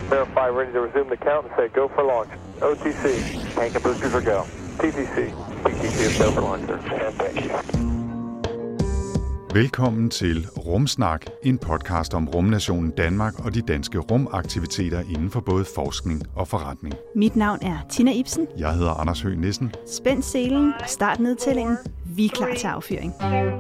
Verify, ready to resume the count and say go for launch. OTC, tank and boosters are go. TTC, TTC is go for launch, sir. And thank you. Velkommen til Rumsnak, en podcast om rumnationen Danmark og de danske rumaktiviteter inden for både forskning og forretning. Mit navn er Tina Ibsen. Jeg hedder Anders Høgh Nissen. Spænd selen og start nedtællingen. Vi er klar til affyring. 2, 1, 0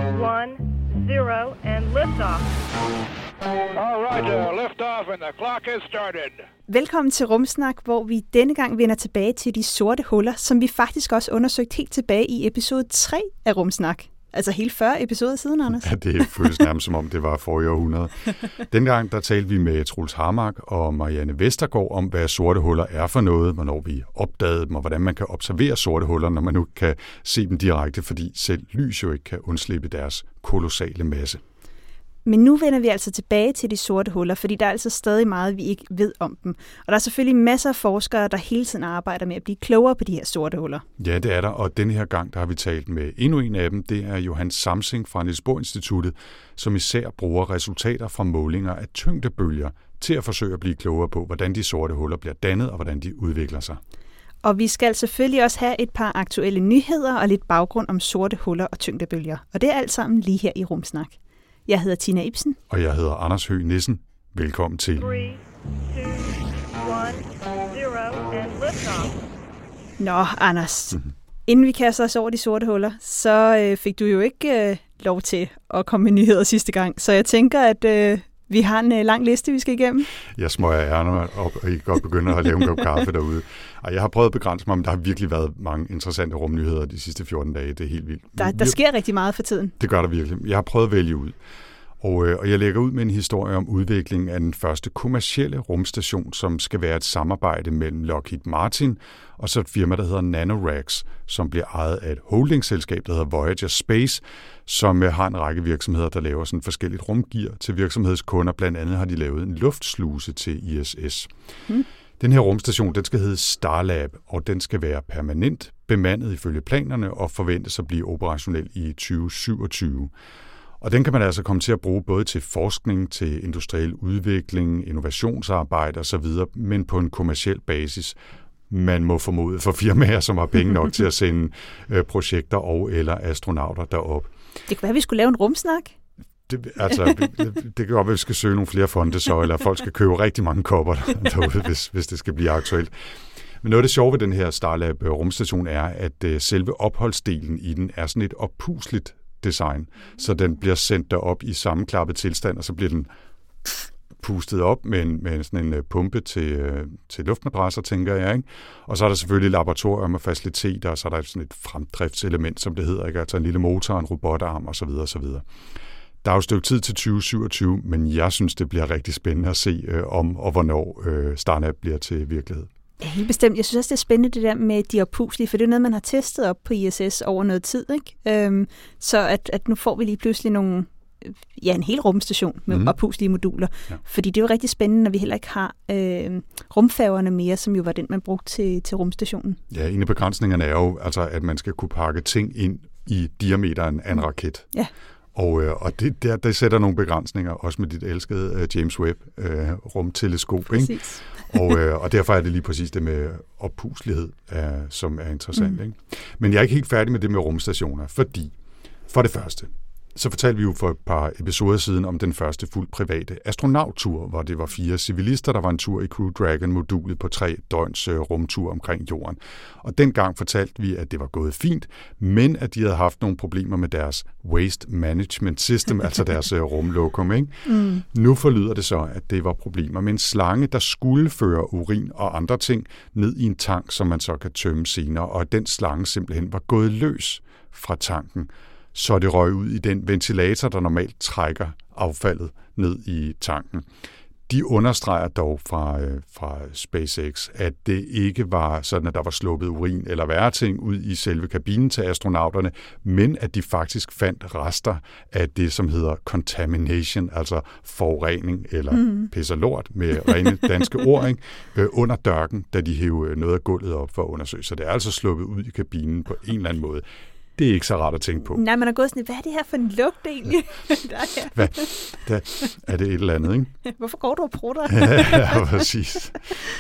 and liftoff. All right, liftoff and the clock has started. Velkommen til Rumsnak, hvor vi denne gang vender tilbage til de sorte huller, som vi faktisk også undersøgte helt tilbage i episode 3 af Rumsnak. Altså helt 40 episoder siden, Anders. Ja, det føles nærmest som om det var forrige århundrede. Dengang der talte vi med Troels Harmark og Marianne Vestergaard om, hvad sorte huller er for noget, hvornår vi opdagede dem, og hvordan man kan observere sorte huller, når man nu kan se dem direkte, fordi selv lys jo ikke kan undslippe deres kolossale masse. Men nu vender vi altså tilbage til de sorte huller, fordi der er altså stadig meget, vi ikke ved om dem. Og der er selvfølgelig masser af forskere, der hele tiden arbejder med at blive klogere på de her sorte huller. Ja, det er der, og denne her gang, der har vi talt med endnu en af dem. Det er Johan Samsing fra Niels Bohr Instituttet, som især bruger resultater fra målinger af tyngdebølger til at forsøge at blive klogere på, hvordan de sorte huller bliver dannet og hvordan de udvikler sig. Og vi skal selvfølgelig også have et par aktuelle nyheder og lidt baggrund om sorte huller og tyngdebølger. Og det er alt sammen lige her i Rumsnak. Jeg hedder Tina Ibsen. Og jeg hedder Anders Høgh Nissen. Velkommen til. 3, 2, 1, 0 and liftoff. Nå, Anders. Inden vi kaster os over de sorte huller, så fik du jo ikke lov til at komme med nyheder sidste gang. Så jeg tænker, at vi har en lang liste, vi skal igennem. Jeg smøger ærerne op, og I godt begynder at lave en kop kaffe derude. Og jeg har prøvet at begrænse mig, men der har virkelig været mange interessante rumnyheder de sidste 14 dage. Det er helt vildt. Der sker rigtig meget for tiden. Det gør der virkelig. Jeg har prøvet at vælge ud. Og jeg lægger ud med en historie om udviklingen af den første kommercielle rumstation, som skal være et samarbejde mellem Lockheed Martin og så et firma, der hedder NanoRacks, som bliver ejet af et holdingselskab, der hedder Voyager Space, som har en række virksomheder, der laver sådan forskelligt rumgear til virksomhedskunder. Blandt andet har de lavet en luftsluse til ISS. Den her rumstation, den skal hedde Starlab, og den skal være permanent bemandet ifølge planerne og forventes at blive operationel i 2027. Og den kan man altså komme til at bruge både til forskning, til industriel udvikling, innovationsarbejde osv., men på en kommerciel basis. Man må formode for firmaer, som har penge nok til at sende projekter og eller astronauter derop. Det kan være, at vi skulle lave en rumsnak. Det kan godt være, at vi skal søge nogle flere fonde så, eller folk skal købe rigtig mange kopper derude, hvis det skal blive aktuelt. Men noget af det sjove ved den her Starlab rumstation er, at selve opholdsdelen i den er sådan et oppusligt design, så den bliver sendt derop i sammenklappet tilstand, og så bliver den pustet op med sådan en pumpe til luftmadrasser, tænker jeg, ikke? Og så er der selvfølgelig laboratorium og faciliteter, og så er der sådan et fremdriftselement, som det hedder, ikke? Altså en lille motor, en robotarm osv. osv. Der er jo et stykke tid til 2027, men jeg synes, det bliver rigtig spændende at se om og hvornår Starlab bliver til virkelighed. Ja, helt bestemt. Jeg synes også, det er spændende det der med de oppuslige, for det er noget, man har testet op på ISS over noget tid, ikke? Så at nu får vi lige pludselig en hel rumstation med oppuslige moduler. Ja. Fordi det er jo rigtig spændende, når vi heller ikke har rumfærgerne mere, som jo var den, man brugte til rumstationen. Ja, en af begrænsningerne er jo, altså, at man skal kunne pakke ting ind i diameteren af en raket. Ja. Og det sætter nogle begrænsninger, også med dit elskede James Webb rumteleskop. Ikke? Og derfor er det lige præcis det med oppuslighed, som er interessant. Ikke? Men jeg er ikke helt færdig med det med rumstationer, fordi for det første, så fortalte vi jo for et par episoder siden om den første fuldt private astronauttur, hvor det var 4 civilister, der var en tur i Crew Dragon-modulet på 3 døgns rumtur omkring jorden. Og dengang fortalte vi, at det var gået fint, men at de havde haft nogle problemer med deres Waste Management System, altså deres rumlokum. Ikke? Nu forlyder det så, at det var problemer med en slange, der skulle føre urin og andre ting ned i en tank, som man så kan tømme senere, og at den slange simpelthen var gået løs fra tanken, så det røg ud i den ventilator, der normalt trækker affaldet ned i tanken. De understreger dog fra SpaceX, at det ikke var sådan, at der var sluppet urin eller værre ting ud i selve kabinen til astronauterne, men at de faktisk fandt rester af det, som hedder contamination, altså forurening eller pis og lort med rene danske ord, ikke? Under dørken, da de hævde noget af gulvet op for at undersøge. Så det er altså sluppet ud i kabinen på en eller anden måde. Det er ikke så rart at tænke på. Nej, man har gået sådan, hvad er det her for en lugt egentlig? Hvad er det et eller andet, ikke? Hvorfor går du og prutter? Ja, præcis.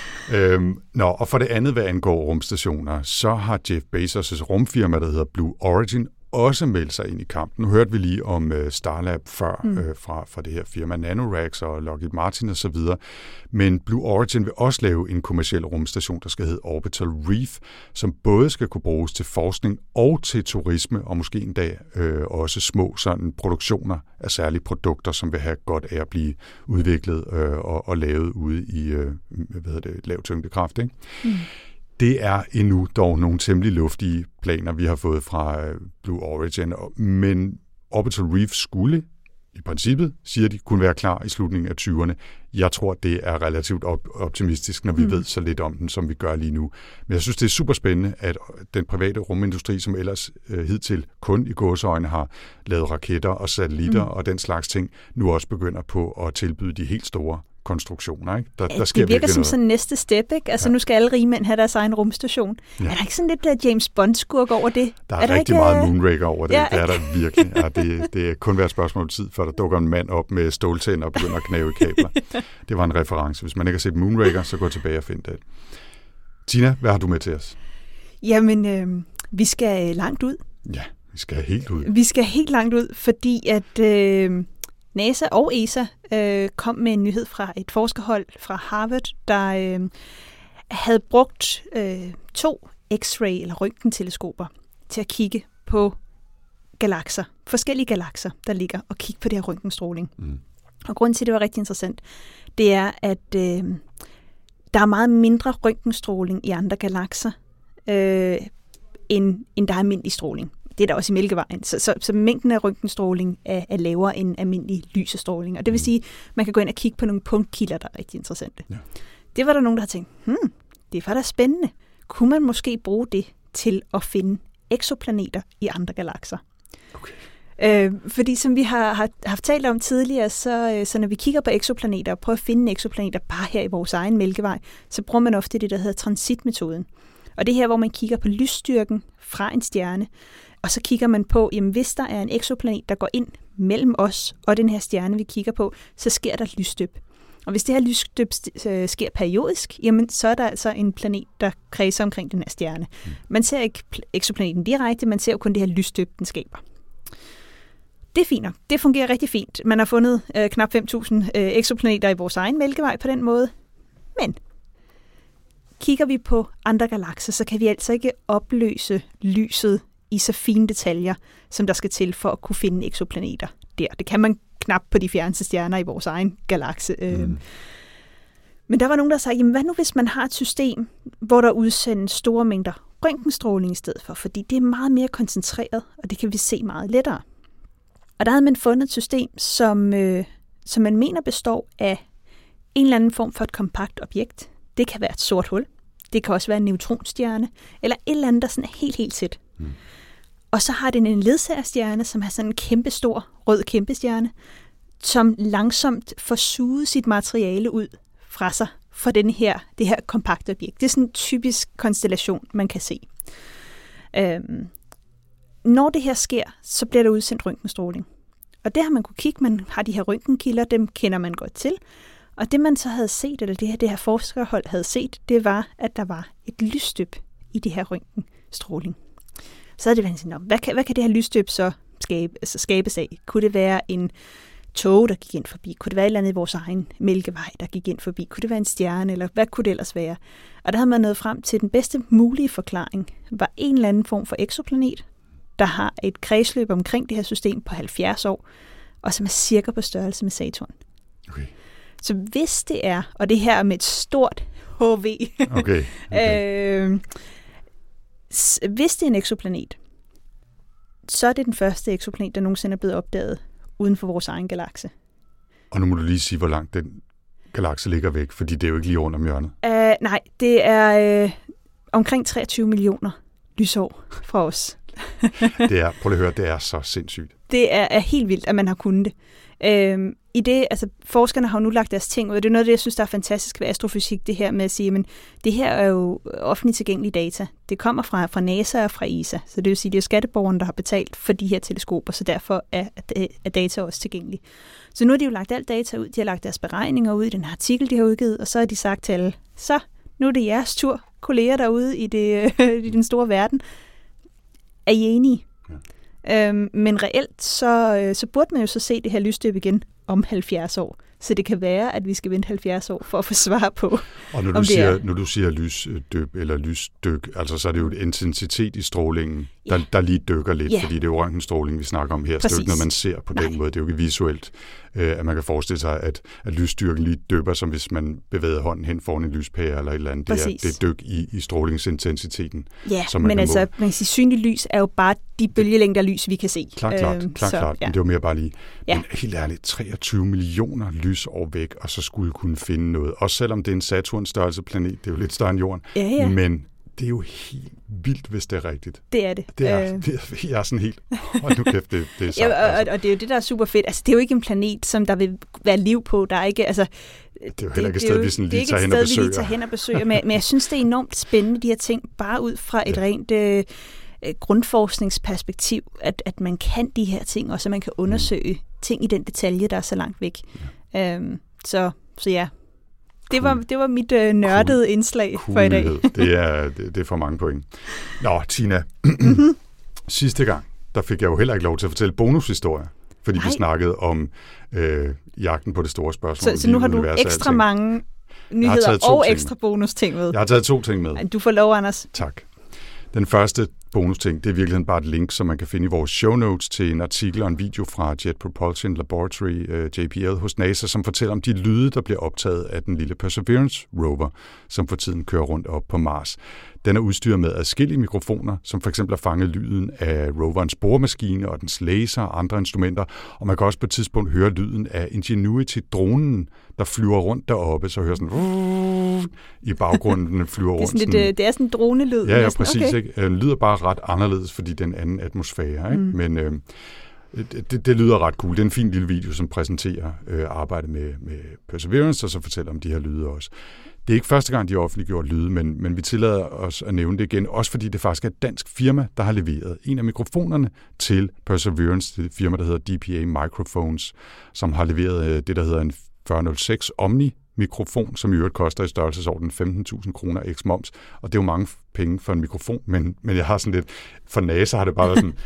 Og for det andet, hvad angår rumstationer, så har Jeff Bezos' rumfirma, der hedder Blue Origin, også meldt sig ind i kampen. Nu hørte vi lige om Starlab før fra det her firma Nanoracks og Lockheed Martin og så videre. Men Blue Origin vil også lave en kommerciel rumstation, der skal hedde Orbital Reef, som både skal kunne bruges til forskning og til turisme, og måske en dag også små sådan produktioner af særlige produkter, som vil have godt af at blive udviklet og lavet ude i lav tyngdekraft, ikke? Det er endnu dog nogle temmelig luftige planer, vi har fået fra Blue Origin, men Orbital Reef skulle i princippet, siger de, kunne være klar i slutningen af 20'erne. Jeg tror, det er relativt optimistisk, når vi ved så lidt om den, som vi gør lige nu. Men jeg synes, det er super spændende, at den private rumindustri, som ellers hidtil kun i gåseøjne har lavet raketter og satellitter og den slags ting, nu også begynder på at tilbyde de helt store konstruktioner, ikke? Der sker det virker som sådan næste step, ikke? Altså nu skal alle rige mænd have deres egen rumstation. Ja. Er der ikke sådan lidt James Bond-skurk over det? Der er rigtig meget Moonraker over det. Ja. Det er der virkelig. Ja, det er kun været et spørgsmål om tid, før der dukker en mand op med ståltænder og begynder at knæve i kabler. Det var en reference. Hvis man ikke har set Moonraker, så gå tilbage og find det. Tina, hvad har du med til os? Jamen, vi skal langt ud. Ja, vi skal helt ud. Vi skal helt langt ud, fordi at NASA og ESA kom med en nyhed fra et forskerhold fra Harvard, der havde brugt 2 X-ray eller røntgenteleskoper til at kigge på galakser, forskellige galakser, der ligger og kigge på det her røntgenstråling. Og grunden til, at det var rigtig interessant, det er, at der er meget mindre røntgenstråling i andre galakser, end der er almindelig stråling. Det er der også i Mælkevejen. Så mængden af røntgenstråling er lavere end almindelig lysestråling. Og det vil sige, at man kan gå ind og kigge på nogle punktkilder, der er rigtig interessante. Ja. Det var der nogen, der har tænkt, det var da spændende. Kunne man måske bruge det til at finde eksoplaneter i andre galakser? Okay. Fordi som vi har haft talt om tidligere, så når vi kigger på eksoplaneter og prøver at finde eksoplaneter bare her i vores egen Mælkevej, så bruger man ofte det, der hedder transitmetoden. Og det her, hvor man kigger på lysstyrken fra en stjerne, og så kigger man på, jamen hvis der er en eksoplanet, der går ind mellem os og den her stjerne, vi kigger på, så sker der et lysstøb. Og hvis det her lysstøb sker periodisk, jamen så er der altså en planet, der kredser omkring den her stjerne. Man ser ikke eksoplaneten direkte, man ser jo kun det her lysstøb, den skaber. Det er fint nok. Det fungerer rigtig fint. Man har fundet knap 5.000 eksoplaneter i vores egen Mælkevej på den måde. Men kigger vi på andre galakser, så kan vi altså ikke opløse lyset i så fine detaljer, som der skal til for at kunne finde eksoplaneter der. Det kan man knap på de fjerneste stjerner i vores egen galakse. Men der var nogen, der sagde, jamen hvad nu hvis man har et system, hvor der udsendes store mængder røntgenstråling i stedet for, fordi det er meget mere koncentreret, og det kan vi se meget lettere. Og der havde man fundet et system, som man mener består af en eller anden form for et kompakt objekt. Det kan være et sort hul. Det kan også være en neutronstjerne, eller et eller andet, der sådan er helt tæt. Og så har den en ledsagerstjerne, som har sådan en kæmpestor rød kæmpestjerne, som langsomt får suget sit materiale ud fra sig for det her kompakte objekt. Det er sådan en typisk konstellation, man kan se. Når det her sker, så bliver der udsendt røntgenstråling. Og det har man kunne kigge, man har de her røntgenkilder, dem kender man godt til. Og det man så havde set, eller det her forskerhold havde set, det var, at der var et lysstøb i det her røntgenstråling. Så havde det været sådan, hvad kan det her lysstøb så skabes af? Kunne det være en tog, der gik ind forbi? Kunne det være et eller andet i vores egen Mælkevej, der gik ind forbi? Kunne det være en stjerne, eller hvad kunne det ellers være? Og der havde man nået frem til, den bedste mulige forklaring var en eller anden form for eksoplanet, der har et kredsløb omkring det her system på 70 år, og som er cirka på størrelse med Saturn. Okay. Så hvis det er, og det her er med et stort HV, hvis det er en eksoplanet, så er det den første eksoplanet, der nogensinde er blevet opdaget uden for vores egen galakse. Og nu må du lige sige, hvor langt den galakse ligger væk, fordi det er jo ikke lige rundt om hjørnet. Nej, det er omkring 23 millioner lysår fra os. Prøv lige at høre, det er så sindssygt. Det er helt vildt, at man har kunnet det. i det, altså forskerne har jo nu lagt deres ting ud, og det er noget af det, jeg synes, der er fantastisk ved astrofysik, det her med at sige, men det her er jo offentligt tilgængelig data. Det kommer fra NASA og fra ESA, så det vil sige, det er skatteborgerne, der har betalt for de her teleskoper, så derfor er data også tilgængelig. Så nu har de jo lagt alt data ud, de har lagt deres beregninger ud i den artikel, de har udgivet, og så har de sagt til alle, så nu er det jeres tur, kolleger derude i i den store verden. Er I enige? Ja. Men reelt, så burde man jo så se det her lysstøb igen om 70 år. Så det kan være, at vi skal vente 70 år for at få svar på, og når du siger lysdøb eller lysdyk, altså så er det jo et intensitet i strålingen, der lige dykker lidt, fordi det er jo røntgenstråling, vi snakker om her. Så det er jo ikke noget, man ser på den måde. Det er jo ikke visuelt, at man kan forestille sig, at lysstyrken lige dypper, som hvis man bevæger hånden hen foran en lyspære eller et eller andet. Det er dyk i strålingsintensiteten. Ja, men altså, man kan sige, synlig lys er jo bare de bølgelængder lys, vi kan se. Klart. Ja. Men det var mere bare lige. Men helt ærligt, 23 millioner lysår væk, og så skulle kunne finde noget. Også selvom det er en Saturn-størrelse planet, det er jo lidt større end Jorden. Ja. Men det er jo helt vildt, hvis det er rigtigt. Det er det. Jeg er sådan helt, hold nu kæft, det er sagt. Og det er jo det, der er super fedt. Altså, det er jo ikke en planet, som der vil være liv på. Der er ikke, altså... Det er jo heller ikke et sted, vi sådan lige tager hen og besøger. Det er ikke et sted, vi lige tager hen og besøger. Men jeg synes, det er enormt spændende, de her ting, bare ud fra et rent grundforskningsperspektiv, at man kan de her ting, og så man kan undersøge ting i den detalje, der er så langt væk. Ja. Så ja. Det var mit nørdede indslag for i dag. Det er for mange point. Nå, Tina. Sidste gang, der fik jeg jo heller ikke lov til at fortælle bonushistorier, fordi vi snakkede om jagten på det store spørgsmål. Så nu har du ekstra mange nyheder og ekstra bonusting med. Jeg har taget 2 ting med. Du får lov, Anders. Tak. Den første bonusting, det er virkelig bare et link, som man kan finde i vores show notes til en artikel og en video fra Jet Propulsion Laboratory, JPL, hos NASA, som fortæller om de lyde, der bliver optaget af den lille Perseverance rover, som for tiden kører rundt op på Mars. Den er udstyret med adskillige mikrofoner, som for eksempel har fanget lyden af roverens boremaskine og dens laser og andre instrumenter, og man kan også på et tidspunkt høre lyden af Ingenuity-dronen, der flyver rundt deroppe, så hører sådan i baggrunden, den flyver rundt. Det er sådan en dronelyd. Ja, præcis. Okay. Ikke? Den lyder bare ret anderledes, fordi den anden atmosfære. Ikke? Men det lyder ret cool. Det er en fin lille video, som præsenterer arbejdet med Perseverance, og så fortæller om de her lyde også. Det er ikke første gang, de har offentliggjort lyde, men vi tillader os at nævne det igen, også fordi det faktisk er et dansk firma, der har leveret en af mikrofonerne til Perseverance, det firma, der hedder DPA Microphones, som har leveret det, der hedder en 4006 Omni-mikrofon, som i øvrigt koster i størrelsesorden 15.000 kroner eks moms, og det er jo mange penge for en mikrofon, men jeg har sådan lidt, for NASA har det bare været sådan,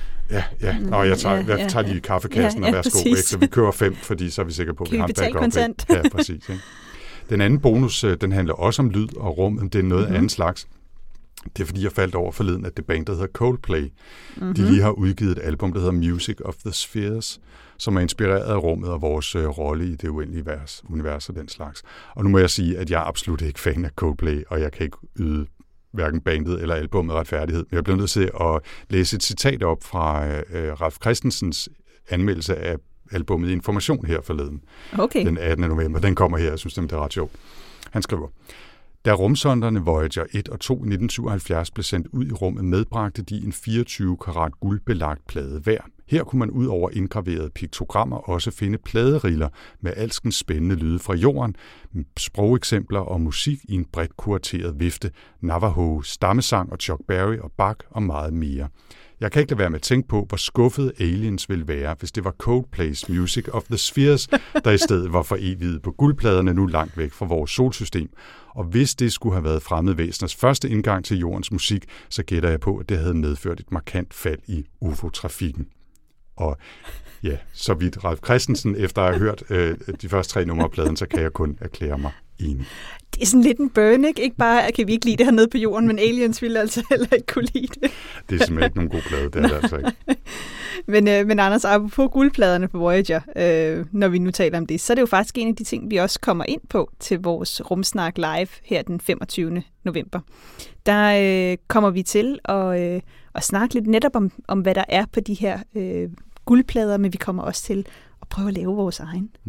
jeg tager lige kaffekassen og værsgo, ikke? Så vi kører 5, fordi så er vi sikre på, at vi har en backup. Ja, præcis. Ikke? Den anden bonus, den handler også om lyd og rum, men det er noget anden slags. Det er fordi, jeg faldt over forleden, at det band, der hedder Coldplay, de lige har udgivet et album, der hedder Music of the Spheres, som er inspireret af rummet og vores rolle i det uendelige univers og den slags. Og nu må jeg sige, at jeg er absolut ikke fan af Coldplay, og jeg kan ikke yde hverken bandet eller albummet retfærdighed. Men jeg bliver nødt til at læse et citat op fra Ralf Christensens anmeldelse af albummet Information her forleden. Okay. Den 18. november. Den kommer her, jeg synes, det er ret sjovt. Han skriver: Da rumsonderne Voyager 1 og 2 i 1977 blev sendt ud i rummet, medbragte de en 24 karat guldbelagt plade hver. Her kunne man ud over indgraverede piktogrammer også finde pladeriller med alskens spændende lyde fra jorden, sprogeksempler og musik i en bredt kurateret vifte, Navajo, stammesang og Chuck Berry og Bach og meget mere. Jeg kan ikke lade være med at tænke på, hvor skuffede aliens ville være, hvis det var Coldplay's Music of the Spheres, der i stedet var foreviget på guldpladerne nu langt væk fra vores solsystem. Og hvis det skulle have været fremmede væseners første indgang til jordens musik, så gætter jeg på, at det havde medført et markant fald i UFO-trafikken. Og ja, så vidt Ralf Christensen, efter at have hørt de første 3 numre af pladen, så kan jeg kun erklære mig enig. Det er sådan lidt en burn, ikke bare kan vi ikke lide det hernede på jorden, men aliens ville altså heller ikke kunne lide det. Det er simpelthen ikke nogen god plade, det er det altså ikke. Men Anders, apropos guldpladerne på Voyager, når vi nu taler om det, så er det jo faktisk en af de ting, vi også kommer ind på til vores Rumsnak Live her den 25. november. Der kommer vi til at snakke lidt netop om, hvad der er på de her guldplader, men vi kommer også til at prøve at lave vores egen.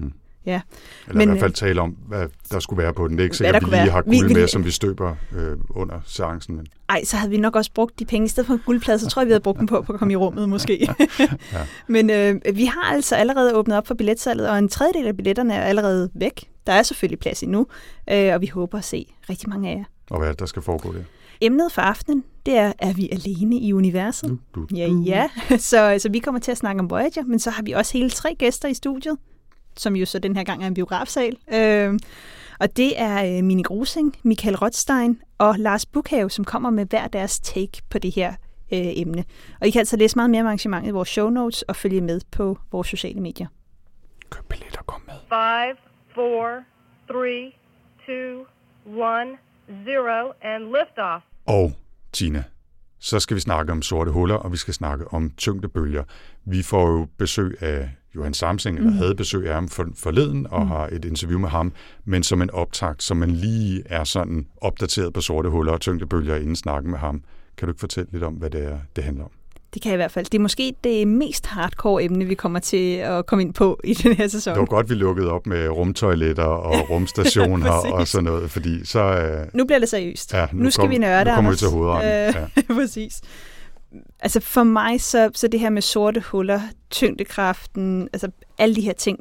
Ja. Eller i hvert fald tale om, hvad der skulle være på den. Det er ikke sikkert, at vi lige har guld med, som vi støber under seancen. Men... Ej, så havde vi nok også brugt de penge. I stedet for en guldplade, så tror jeg, vi havde brugt dem på at komme i rummet måske. Ja. Men vi har altså allerede åbnet op for billetsalget, og en tredjedel af billetterne er allerede væk. Der er selvfølgelig plads endnu, og vi håber at se rigtig mange af jer. Og hvad er det, der skal foregå der? Emnet for aftenen, det er vi alene i universet? Ja. Så vi kommer til at snakke om Voyager, men så har vi også hele 3 gæster i studiet, som jo så den her gang er en biografsal. Og det er Mini Grusing, Michael Rothstein og Lars Bukhave, som kommer med hver deres take på det her emne. Og I kan altså læse meget mere om arrangementet i vores show notes og følge med på vores sociale medier. Køb billetter, kom med. 5, 4, 3, 2, 1, 0, and lift-off. Og Tina, så skal vi snakke om sorte huller, og vi skal snakke om tyngdebølger. Vi får jo besøg af Johan Samsing, eller havde besøg af ham forleden, og har et interview med ham, men som en optakt, så man lige er sådan opdateret på sorte huller og tyngdebølger inden snakken med ham. Kan du ikke fortælle lidt om, hvad det handler om? Det kan jeg i hvert fald. Det er måske det mest hardcore emne, vi kommer til at komme ind på i den her sæson. Det var godt, vi lukkede op med rumtoiletter og rumstationer og sådan noget, fordi så... Nu bliver det seriøst. Ja, nu skal vi nørde, nu kommer vi til hovedretten. Ja. Præcis. Altså for mig, så det her med sorte huller, tyngdekraften, altså alle de her ting,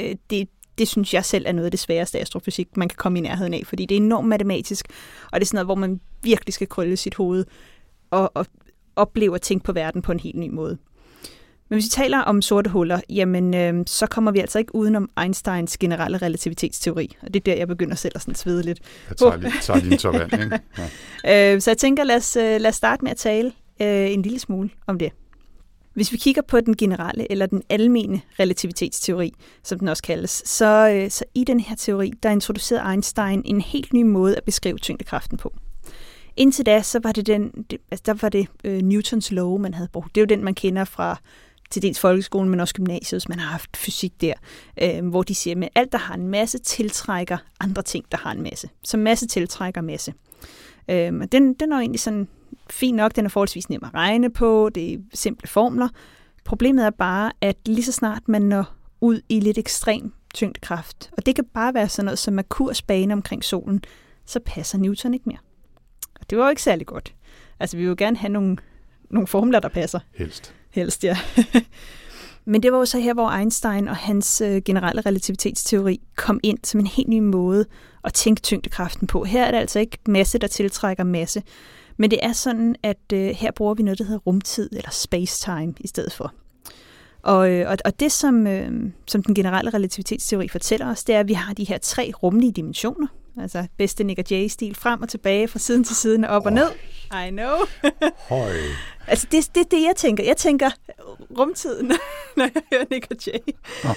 det synes jeg selv er noget af det sværeste astrofysik, man kan komme i nærheden af, fordi det er enormt matematisk, og det er sådan noget, hvor man virkelig skal krølle sit hoved og opleve at tænke på verden på en helt ny måde. Men hvis vi taler om sorte huller, jamen så kommer vi altså ikke udenom Einsteins generelle relativitetsteori, og det er der, jeg begynder selv at sådan svede lidt. Jeg tager lige en tår vand, ikke? Ja. Så jeg tænker, lad os starte med at tale en lille smule om det. Hvis vi kigger på den generelle eller den almene relativitetsteori, som den også kaldes, så i den her teori, der introducerede Einstein en helt ny måde at beskrive tyngdekraften på. Indtil da, så var det Newtons lov, man havde brugt. Det er jo den, man kender fra til dels folkeskolen, men også gymnasiet, hvis man har haft fysik der, hvor de siger, at alt, der har en masse, tiltrækker andre ting, der har en masse. Så masse tiltrækker masse. Den er jo egentlig sådan fint nok, den er forholdsvis nem at regne på, det er simple formler. Problemet er bare, at lige så snart man når ud i lidt ekstrem tyngdekraft, og det kan bare være sådan noget som Merkurs bane omkring solen, så passer Newton ikke mere. Og det var jo ikke særlig godt. Altså, vi vil jo gerne have nogle formler, der passer. Helst, ja. Men det var jo så her, hvor Einstein og hans generelle relativitetsteori kom ind som en helt ny måde at tænke tyngdekraften på. Her er det altså ikke masse, der tiltrækker masse, men det er sådan, at her bruger vi noget, der hedder rumtid eller space-time i stedet for. Og det, som den generelle relativitetsteori fortæller os, det er, at vi har de her 3 rumlige dimensioner. Altså bedste Nick og Jay-stil, frem og tilbage, fra siden til siden, op og ned. I know. Altså det er det, jeg tænker. Jeg tænker rumtiden, når jeg hører Nick og Jay.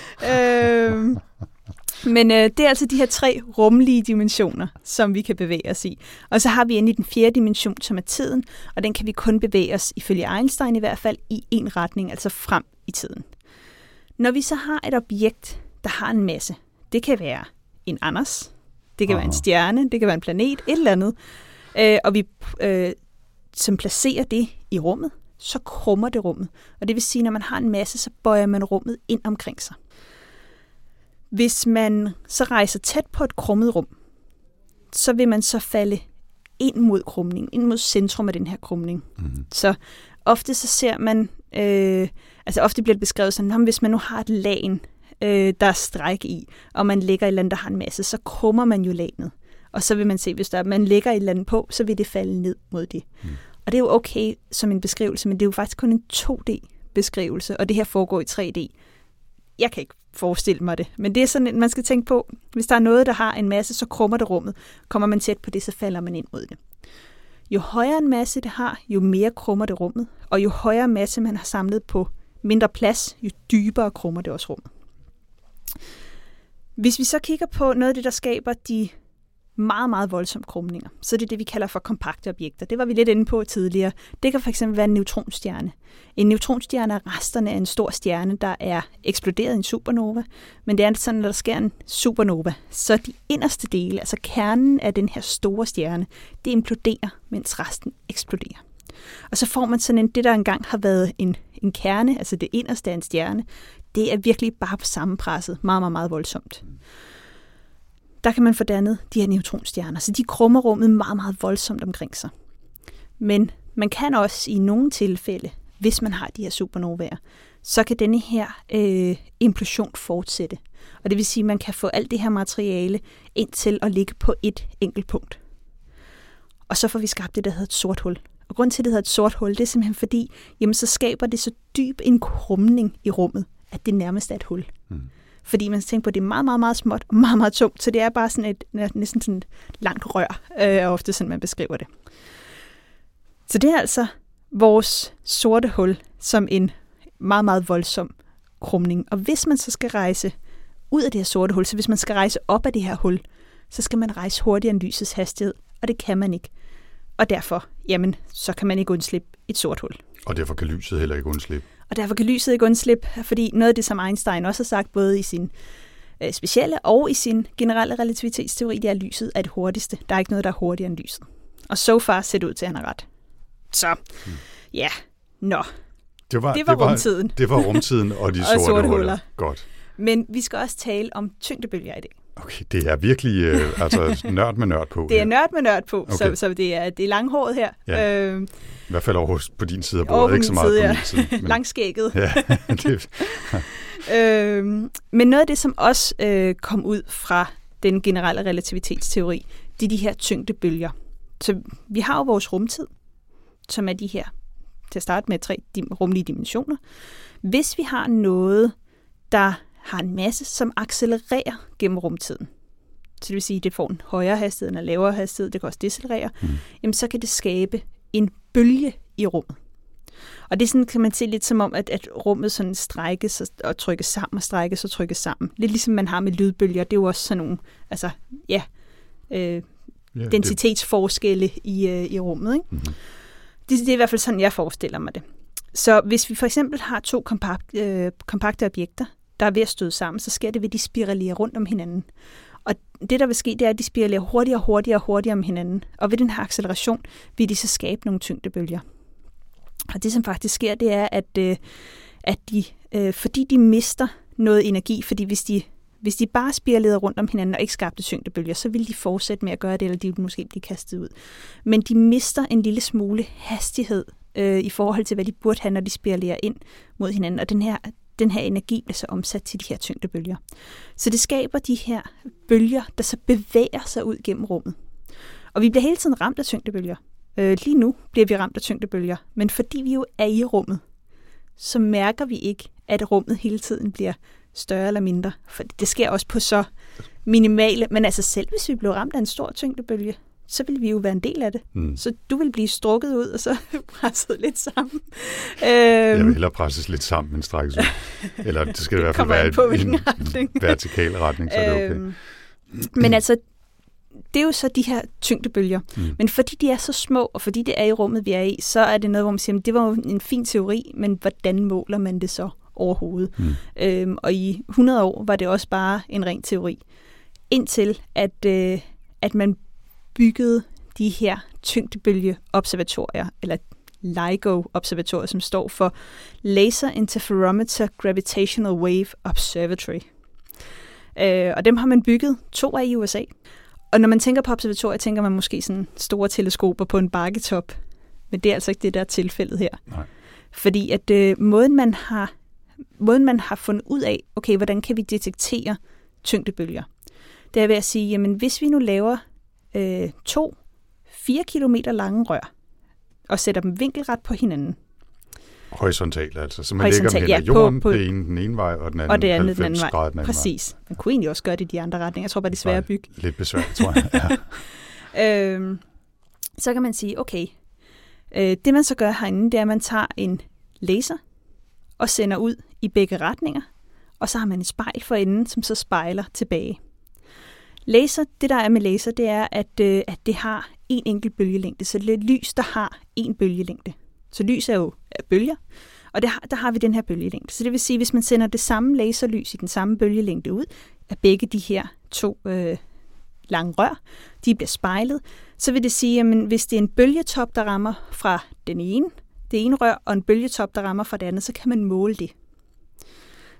Men det er altså de her 3 rumlige dimensioner, som vi kan bevæge os i. Og så har vi endelig den 4. dimension, som er tiden, og den kan vi kun bevæge os, ifølge Einstein i hvert fald, i en retning, altså frem i tiden. Når vi så har et objekt, der har en masse, det kan være en Anders, det kan være en stjerne, det kan være en planet, et eller andet, og vi som placerer det i rummet, så krummer det rummet. Og det vil sige, når man har en masse, så bøjer man rummet ind omkring sig. Hvis man så rejser tæt på et krummet rum, så vil man så falde ind mod krumningen, ind mod centrum af den her krumning. Mm-hmm. Så ofte så ser man, ofte bliver det beskrevet sådan, at hvis man nu har et lagen, der er stræk i, og man lægger et eller andet, der har en masse, så krummer man jo lagenet. Og så vil man se, hvis man lægger et eller andet på, så vil det falde ned mod det. Mm. Og det er jo okay som en beskrivelse, men det er jo faktisk kun en 2D-beskrivelse, og det her foregår i 3D. Jeg kan ikke forestille mig det, men det er sådan, man skal tænke på, hvis der er noget, der har en masse, så krummer det rummet. Kommer man tæt på det, så falder man ind mod det. Jo højere en masse det har, jo mere krummer det rummet, og jo højere masse man har samlet på mindre plads, jo dybere krummer det også rummet. Hvis vi så kigger på noget af det, der skaber de meget, meget voldsomme krumninger, så er det det, vi kalder for kompakte objekter. Det var vi lidt inde på tidligere. Det kan fx være en neutronstjerne. En neutronstjerne er resterne af en stor stjerne, der er eksploderet i en supernova. Men det er sådan, når der sker en supernova, så de inderste dele, altså kernen af den her store stjerne, det imploderer, mens resten eksploderer. Og så får man sådan det, der engang har været en kerne, altså det inderste af en stjerne, det er virkelig bare sammenpresset meget, meget, meget voldsomt. Der kan man få dannet de her neutronstjerner, så de krummer rummet meget, meget voldsomt omkring sig. Men man kan også i nogle tilfælde, hvis man har de her supernovaer, så kan denne her implosion fortsætte. Og det vil sige, at man kan få alt det her materiale ind til at ligge på et enkelt punkt. Og så får vi skabt det, der hedder et sort hul. Og grunden til, at det hedder et sort hul, det er simpelthen fordi, jamen, så skaber det så dyb en krumning i rummet, at det nærmest er et hul. Fordi man tænker på, at det er meget, meget, meget småt og meget, meget tungt, så det er bare sådan næsten sådan et langt rør, ofte sådan man beskriver det. Så det er altså vores sorte hul som en meget, meget voldsom krumning. Og hvis man så skal rejse ud af det her sorte hul, så hvis man skal rejse op af det her hul, så skal man rejse hurtigere end lysets hastighed, og det kan man ikke. Og derfor, jamen, så kan man ikke undslippe et sort hul. Og derfor kan lyset heller ikke undslippe. Og derfor kan lyset ikke undslippe, fordi noget af det, som Einstein også har sagt, både i sin specielle og i sin generelle relativitetsteori, det er, at lyset er det hurtigste. Der er ikke noget, der er hurtigere end lyset. Og so far ser det ud til, at han har ret. Så, ja, Det var rumtiden. Det var rumtiden og de sorte huller. Godt. Men vi skal også tale om tyngdebølger i dag. Okay, det er virkelig nørd med nørd på. Det er nørd med nørd på, okay. så det er langhåret her. Ja. I hvert fald over på din side af bordet, ikke så meget på min side. Men... Langskægget. Ja, men noget af det, som også kom ud fra den generelle relativitetsteori, det er de her tyngdebølger. Så vi har jo vores rumtid, som er de her, til at starte med 3 rumlige dimensioner. Hvis vi har noget, der har en masse, som accelererer gennem rumtiden, så det vil sige, at det får en højere hastighed eller lavere hastighed, det kan også decelerere, jamen så kan det skabe en bølge i rummet. Og det er sådan, kan man se lidt som om, at rummet sådan strækkes og trykkes sammen og strækkes og trykkes sammen. Lidt ligesom man har med lydbølger, det er jo også sådan nogle, densitetsforskelle i rummet. Ikke? Mm-hmm. Det er i hvert fald sådan, jeg forestiller mig det. Så hvis vi for eksempel har 2 kompakte objekter, der er ved at støde sammen, så sker det ved, at de spiralerer rundt om hinanden. Og det, der vil ske, det er, at de spiralerer hurtigere om hinanden. Og ved den her acceleration vil de så skabe nogle tyngdebølger. Og det, som faktisk sker, det er, at de, fordi de mister noget energi, fordi hvis de bare spiralerede rundt om hinanden og ikke skabte tyngdebølger, så ville de fortsætte med at gøre det, eller de ville måske blive kastet ud. Men de mister en lille smule hastighed i forhold til, hvad de burde have, når de spiralerer ind mod hinanden. Og den her energi bliver så omsat til de her tyngdebølger. Så det skaber de her bølger, der så bevæger sig ud gennem rummet. Og vi bliver hele tiden ramt af tyngdebølger. Lige nu bliver vi ramt af tyngdebølger, men fordi vi jo er i rummet, så mærker vi ikke, at rummet hele tiden bliver større eller mindre. For det sker også på så minimale, men altså selv hvis vi blev ramt af en stor tyngdebølge, så vil vi jo være en del af det. Så du vil blive strukket ud, og så presset lidt sammen. Jeg vil hellere presses lidt sammen, end strækkes ud. Eller det skal i hvert fald være en vertikal retning, så er det okay. Men altså, det er jo så de her tyngdebølger. Men fordi de er så små, og fordi det er i rummet, vi er i, så er det noget, hvor man siger, det var jo en fin teori, men hvordan måler man det så overhovedet? Og i 100 år var det også bare en ren teori. Indtil at man byggede de her tyngdebølgeobservatorier, eller LIGO-observatorier, som står for Laser Interferometer Gravitational Wave Observatory. Og dem har man bygget 2 af i USA. Og når man tænker på observatorier, tænker man måske sådan store teleskoper på en bakketop. Men det er altså ikke det, der er tilfældet her. Nej. Fordi at måden man har fundet ud af, okay, hvordan kan vi detektere tyngdebølger, det er ved at sige, jamen hvis vi nu laver 2 4 kilometer lange rør og sætter dem vinkelret på hinanden. Horisontalt altså, så man lægger dem hen ad jorden, på den ene vej, og den anden 90 grader den anden vej. Præcis. Man kunne egentlig også gøre det i de andre retninger. Jeg tror bare, det er svært at bygge. Lidt besværligt, tror jeg. Ja. Så kan man sige, okay, det man så gør herinde, det er, at man tager en laser og sender ud i begge retninger, og så har man et spejl for enden, som så spejler tilbage. Laser, det der er med laser, det er, at det har en enkelt bølgelængde. Så det er lys, der har en bølgelængde. Så lys er jo bølger, og der har vi den her bølgelængde. Så det vil sige, hvis man sender det samme laserlys i den samme bølgelængde ud, af begge de her 2 lange rør, de bliver spejlet, så vil det sige, at hvis det er en bølgetop, der rammer fra det ene rør, og en bølgetop, der rammer fra det andet, så kan man måle det.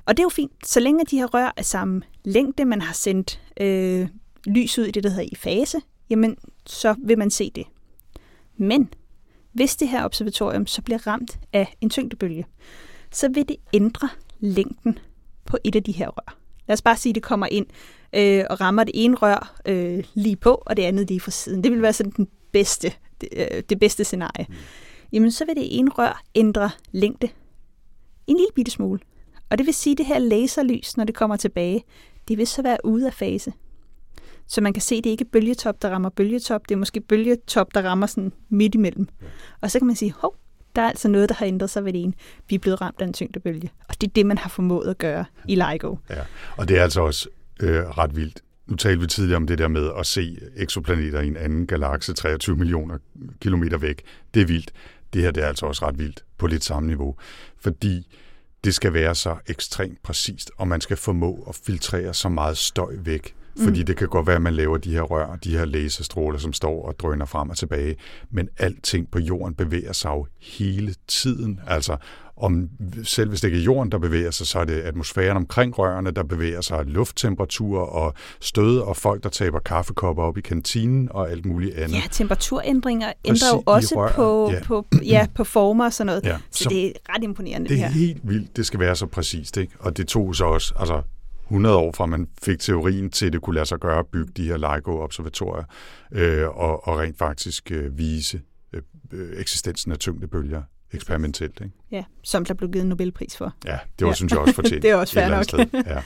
Og det er jo fint, så længe de her rør er samme længde, man har sendt lys ud i det, der hedder i fase, jamen så vil man se det. Men hvis det her observatorium så bliver ramt af en tyngdebølge, så vil det ændre længden på et af de her rør. Lad os bare sige, at det kommer ind og rammer det ene rør lige på, og det andet lige fra siden. Det vil være sådan det bedste scenarie. Jamen, så vil det ene rør ændre længde en lille bitte smule. Og det vil sige, at det her laserlys, når det kommer tilbage, det vil så være ude af fase. Så man kan se, at det ikke er bølgetop, der rammer bølgetop. Det er måske bølgetop, der rammer sådan midt imellem. Og så kan man sige, der er altså noget, der har ændret sig ved det ene. Vi er blevet ramt af en tyngdebølge. Og det er det, man har formået at gøre i LIGO. Ja, og det er altså også ret vildt. Nu talte vi tidligere om det der med at se eksoplaneter i en anden galakse 23 millioner kilometer væk. Det er vildt. Det her det er altså også ret vildt på lidt samme niveau. Fordi det skal være så ekstremt præcist, og man skal formå at filtrere så meget støj væk. Fordi det kan godt være, at man laver de her rør, de her laserstråler, som står og drøner frem og tilbage. Men alting på jorden bevæger sig jo hele tiden. Altså, selv hvis det ikke er jorden, der bevæger sig, så er det atmosfæren omkring rørene, der bevæger sig, lufttemperatur og stød, og folk, der taber kaffekopper op i kantinen og alt muligt andet. Ja, temperaturændringer ændrer jo også på former og sådan noget. Ja, så det er ret imponerende. Det er helt vildt. Det skal være så præcist, ikke? Og det tog så også 100 år fra man fik teorien til, det kunne lade sig gøre at bygge de her LIGO-observatorier og rent faktisk vise eksistensen af tyngdebølger eksperimentelt. Ikke? Ja, som der blev givet en Nobelpris for. Ja, det var, synes jeg også fortjent. Det er også fair nok. Ja.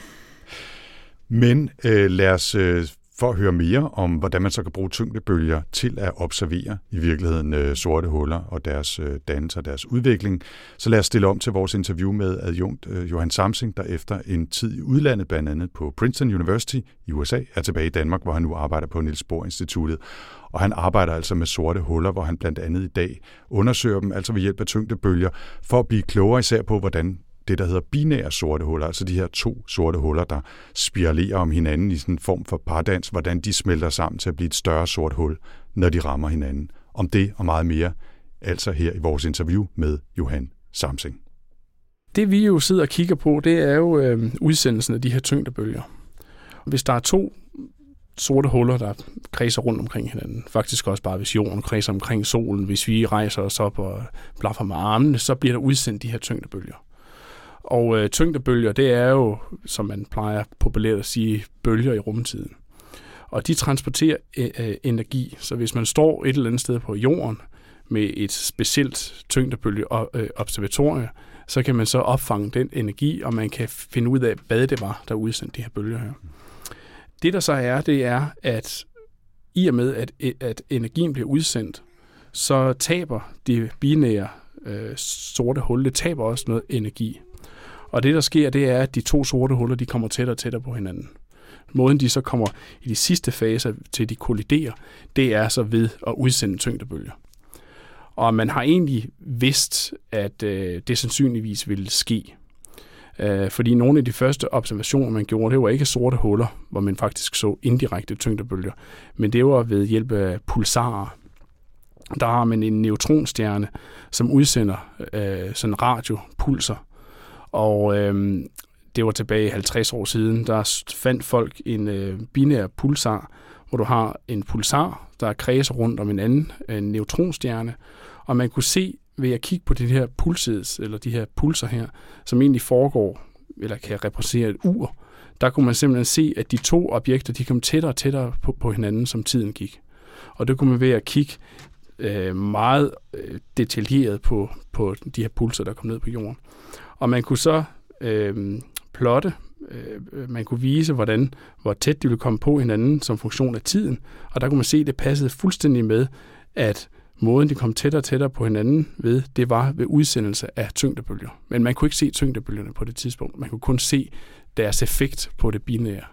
Men lad os for at høre mere om, hvordan man så kan bruge tyngdebølger til at observere i virkeligheden sorte huller og deres dannelse og deres udvikling. Så lad os stille om til vores interview med adjunkt Johan Samsing, der efter en tid i udlandet, blandt andet på Princeton University i USA, er tilbage i Danmark, hvor han nu arbejder på Niels Bohr Instituttet. Og han arbejder altså med sorte huller, hvor han blandt andet i dag undersøger dem, altså ved hjælp af tyngdebølger, for at blive klogere især på, hvordan det, der hedder binære sorte huller, altså de her to sorte huller, der spiralerer om hinanden i sådan en form for pardans, hvordan de smelter sammen til at blive et større sort hul, når de rammer hinanden. Om det og meget mere, altså her i vores interview med Johan Samsing. Det vi jo sidder og kigger på, det er jo udsendelsen af de her tyngdebølger. Hvis der er to sorte huller, der kredser rundt omkring hinanden, faktisk også bare hvis jorden kredser omkring solen, hvis vi rejser os op og blaffer med armene, så bliver der udsendt de her tyngdebølger. Og tyngdebølger, det er jo, som man plejer populært at sige, bølger i rumtiden. Og de transporterer energi, så hvis man står et eller andet sted på jorden med et specielt tyngdebølgeobservatorie, så kan man så opfange den energi, og man kan finde ud af, hvad det var, der udsendte de her bølger her. Det der så er, det er, at i og med, at energien bliver udsendt, så taber de binære sorte huller, det taber også noget energi. Og det, der sker, det er, at de to sorte huller, de kommer tættere og tættere på hinanden. Måden, de så kommer i de sidste faser til de kolliderer, det er så ved at udsende tyngdebølger. Og man har egentlig vidst, at det sandsynligvis ville ske. Fordi nogle af de første observationer, man gjorde, det var ikke sorte huller, hvor man faktisk så indirekte tyngdebølger, men det var ved hjælp af pulsarer. Der har man en neutronstjerne, som udsender sådan radiopulser. Og det var tilbage 50 år siden, der fandt folk en binær pulsar, hvor du har en pulsar, der kredser rundt om en anden en neutronstjerne, og man kunne se ved at kigge på de her pulses, eller de her pulser her, som egentlig foregår, eller kan repræsentere et ur, der kunne man simpelthen se, at de to objekter, de kom tættere og tættere på hinanden, som tiden gik. Og det kunne man ved at kigge meget detaljeret på de her pulser, der kom ned på jorden. Og man kunne så plotte, man kunne vise, hvor tæt de ville komme på hinanden som funktion af tiden. Og der kunne man se, at det passede fuldstændig med, at måden, de kom tættere og tættere på hinanden ved, det var ved udsendelse af tyngdebølger. Men man kunne ikke se tyngdebølgerne på det tidspunkt. Man kunne kun se deres effekt på det binære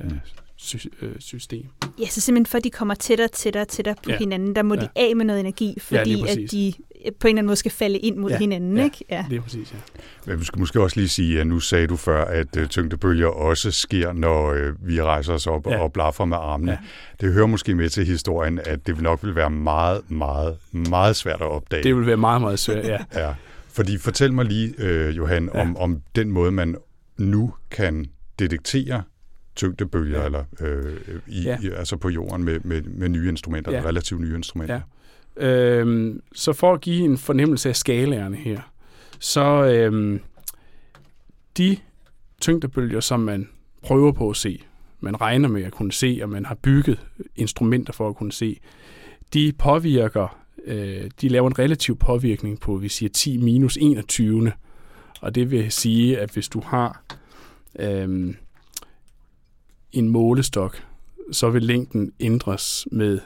system. Ja, så simpelthen for, at de kommer tættere på hinanden, der må de af med noget energi, fordi at de på en eller anden måde skal falde ind mod hinanden, ikke? Ja, det er præcis, ja. Men vi skal måske også lige sige, at nu sagde du før, at tyngdebølger også sker, når vi rejser os op og blaffer med armene. Ja. Det hører måske med til historien, at det nok vil være meget, meget, meget svært at opdage. Det vil være meget, meget svært, ja. Ja. Fordi fortæl mig lige, Johan, om den måde, man nu kan detektere tyngdebølger eller altså på jorden med nye instrumenter, relativt nye instrumenter. Ja. Så for at give en fornemmelse af skalaerne her, så de tyngdebølger, som man prøver på at se, man regner med at kunne se, og man har bygget instrumenter for at kunne se, de påvirker, de laver en relativ påvirkning på, vi siger 10 minus 21. Og det vil sige, at hvis du har en målestok, så vil længden ændres med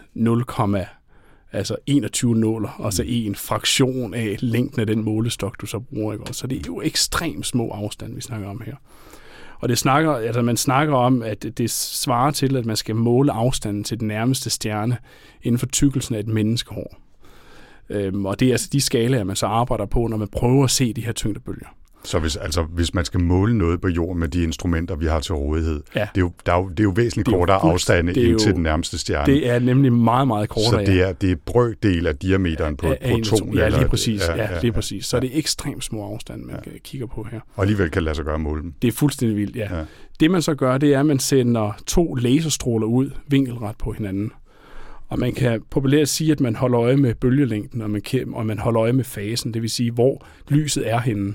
21 nåler, og så en fraktion af længden af den målestok, du så bruger. Ikke? Så det er jo ekstremt små afstand, vi snakker om her. Og man snakker om, at det svarer til, at man skal måle afstanden til den nærmeste stjerne inden for tykkelsen af et menneskehår. Og det er altså de skalaer, man så arbejder på, når man prøver at se de her tyngdebølger. Så hvis man skal måle noget på jorden med de instrumenter, vi har til rådighed, det er jo væsentligt kortere afstande ind til den nærmeste stjerne. Det er nemlig meget, meget kortere. Så det er brøkdel af diameteren på to. Ja, lige præcis. Lige præcis. Så det er ekstremt små afstande, man kigger på her. Og alligevel kan det lade sig gøre at måle dem. Det er fuldstændig vildt, ja. Det man så gør, det er, at man sender 2 laserstråler ud vinkelret på hinanden. Og man kan populært sige, at man holder øje med bølgelængden, og man holder øje med fasen, det vil sige, hvor lyset er henne.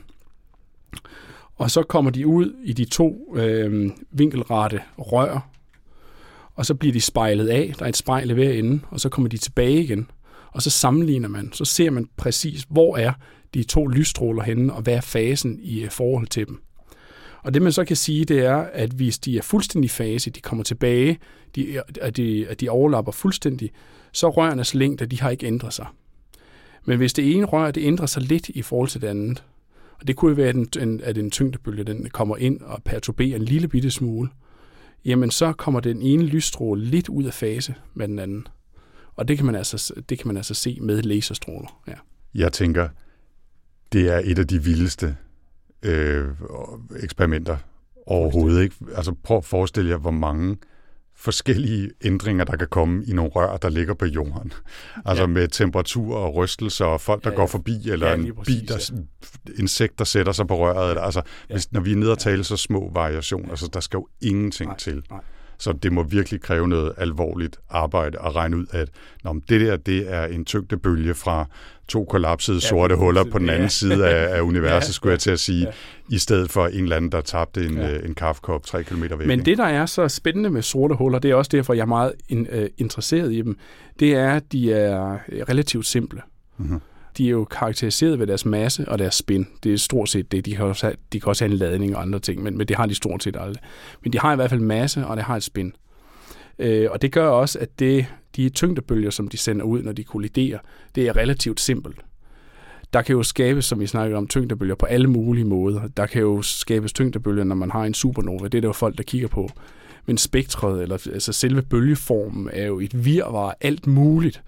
Og så kommer de ud i de 2 vinkelrette rør, og så bliver de spejlet af. Der er et spejl i hver ende, og så kommer de tilbage igen. Og så sammenligner man. Så ser man præcis, hvor er de 2 lysstråler henne, og hvad er fasen i forhold til dem. Og det man så kan sige, det er, at hvis de er fuldstændig fase, de kommer tilbage, de overlapper fuldstændig, så rørernes længde, de har ikke ændret sig. Men hvis det ene rør, det ændrer sig lidt i forhold til det andet, og det kunne jo være, at en tyngdebølge den kommer ind og perturberer en lille bitte smule, jamen så kommer den ene lysstråle lidt ud af fase med den anden. Og det kan man altså se med laserstråler. Ja. Jeg tænker, det er et af de vildeste eksperimenter overhovedet. Ikke? Altså prøv at forestille jer, hvor mange forskellige ændringer, der kan komme i nogle rør, der ligger på jorden. Altså med temperatur og rystelser, og folk, der går forbi, eller en insekt, der sætter sig på røret. Altså, når vi er nede og tale så små variationer, så der skal jo ingenting til. Nej. Så det må virkelig kræve noget alvorligt arbejde at regne ud, at det er en tyngdebølge fra 2 kollapsede sorte huller på den anden side af universet, skulle jeg til at sige, i stedet for en eller anden, der tabte en kaffekop 3 kilometer væk. Men det, der er så spændende med sorte huller, det er også derfor, jeg er meget interesseret i dem, det er, at de er relativt simple. Mm-hmm. De er jo karakteriseret ved deres masse og deres spin. Det er stort set det. De kan også have en ladning og andre ting, men det har de stort set aldrig. Men de har i hvert fald masse, og det har et spin. Og det gør også, at de tyngdebølger, som de sender ud, når de kolliderer, det er relativt simpelt. Der kan jo skabes, som vi snakker om, tyngdebølger på alle mulige måder. Der kan jo skabes tyngdebølger, når man har en supernova. Det er der jo folk, der kigger på. Men spektret, altså selve bølgeformen, er jo et virvar af alt muligt.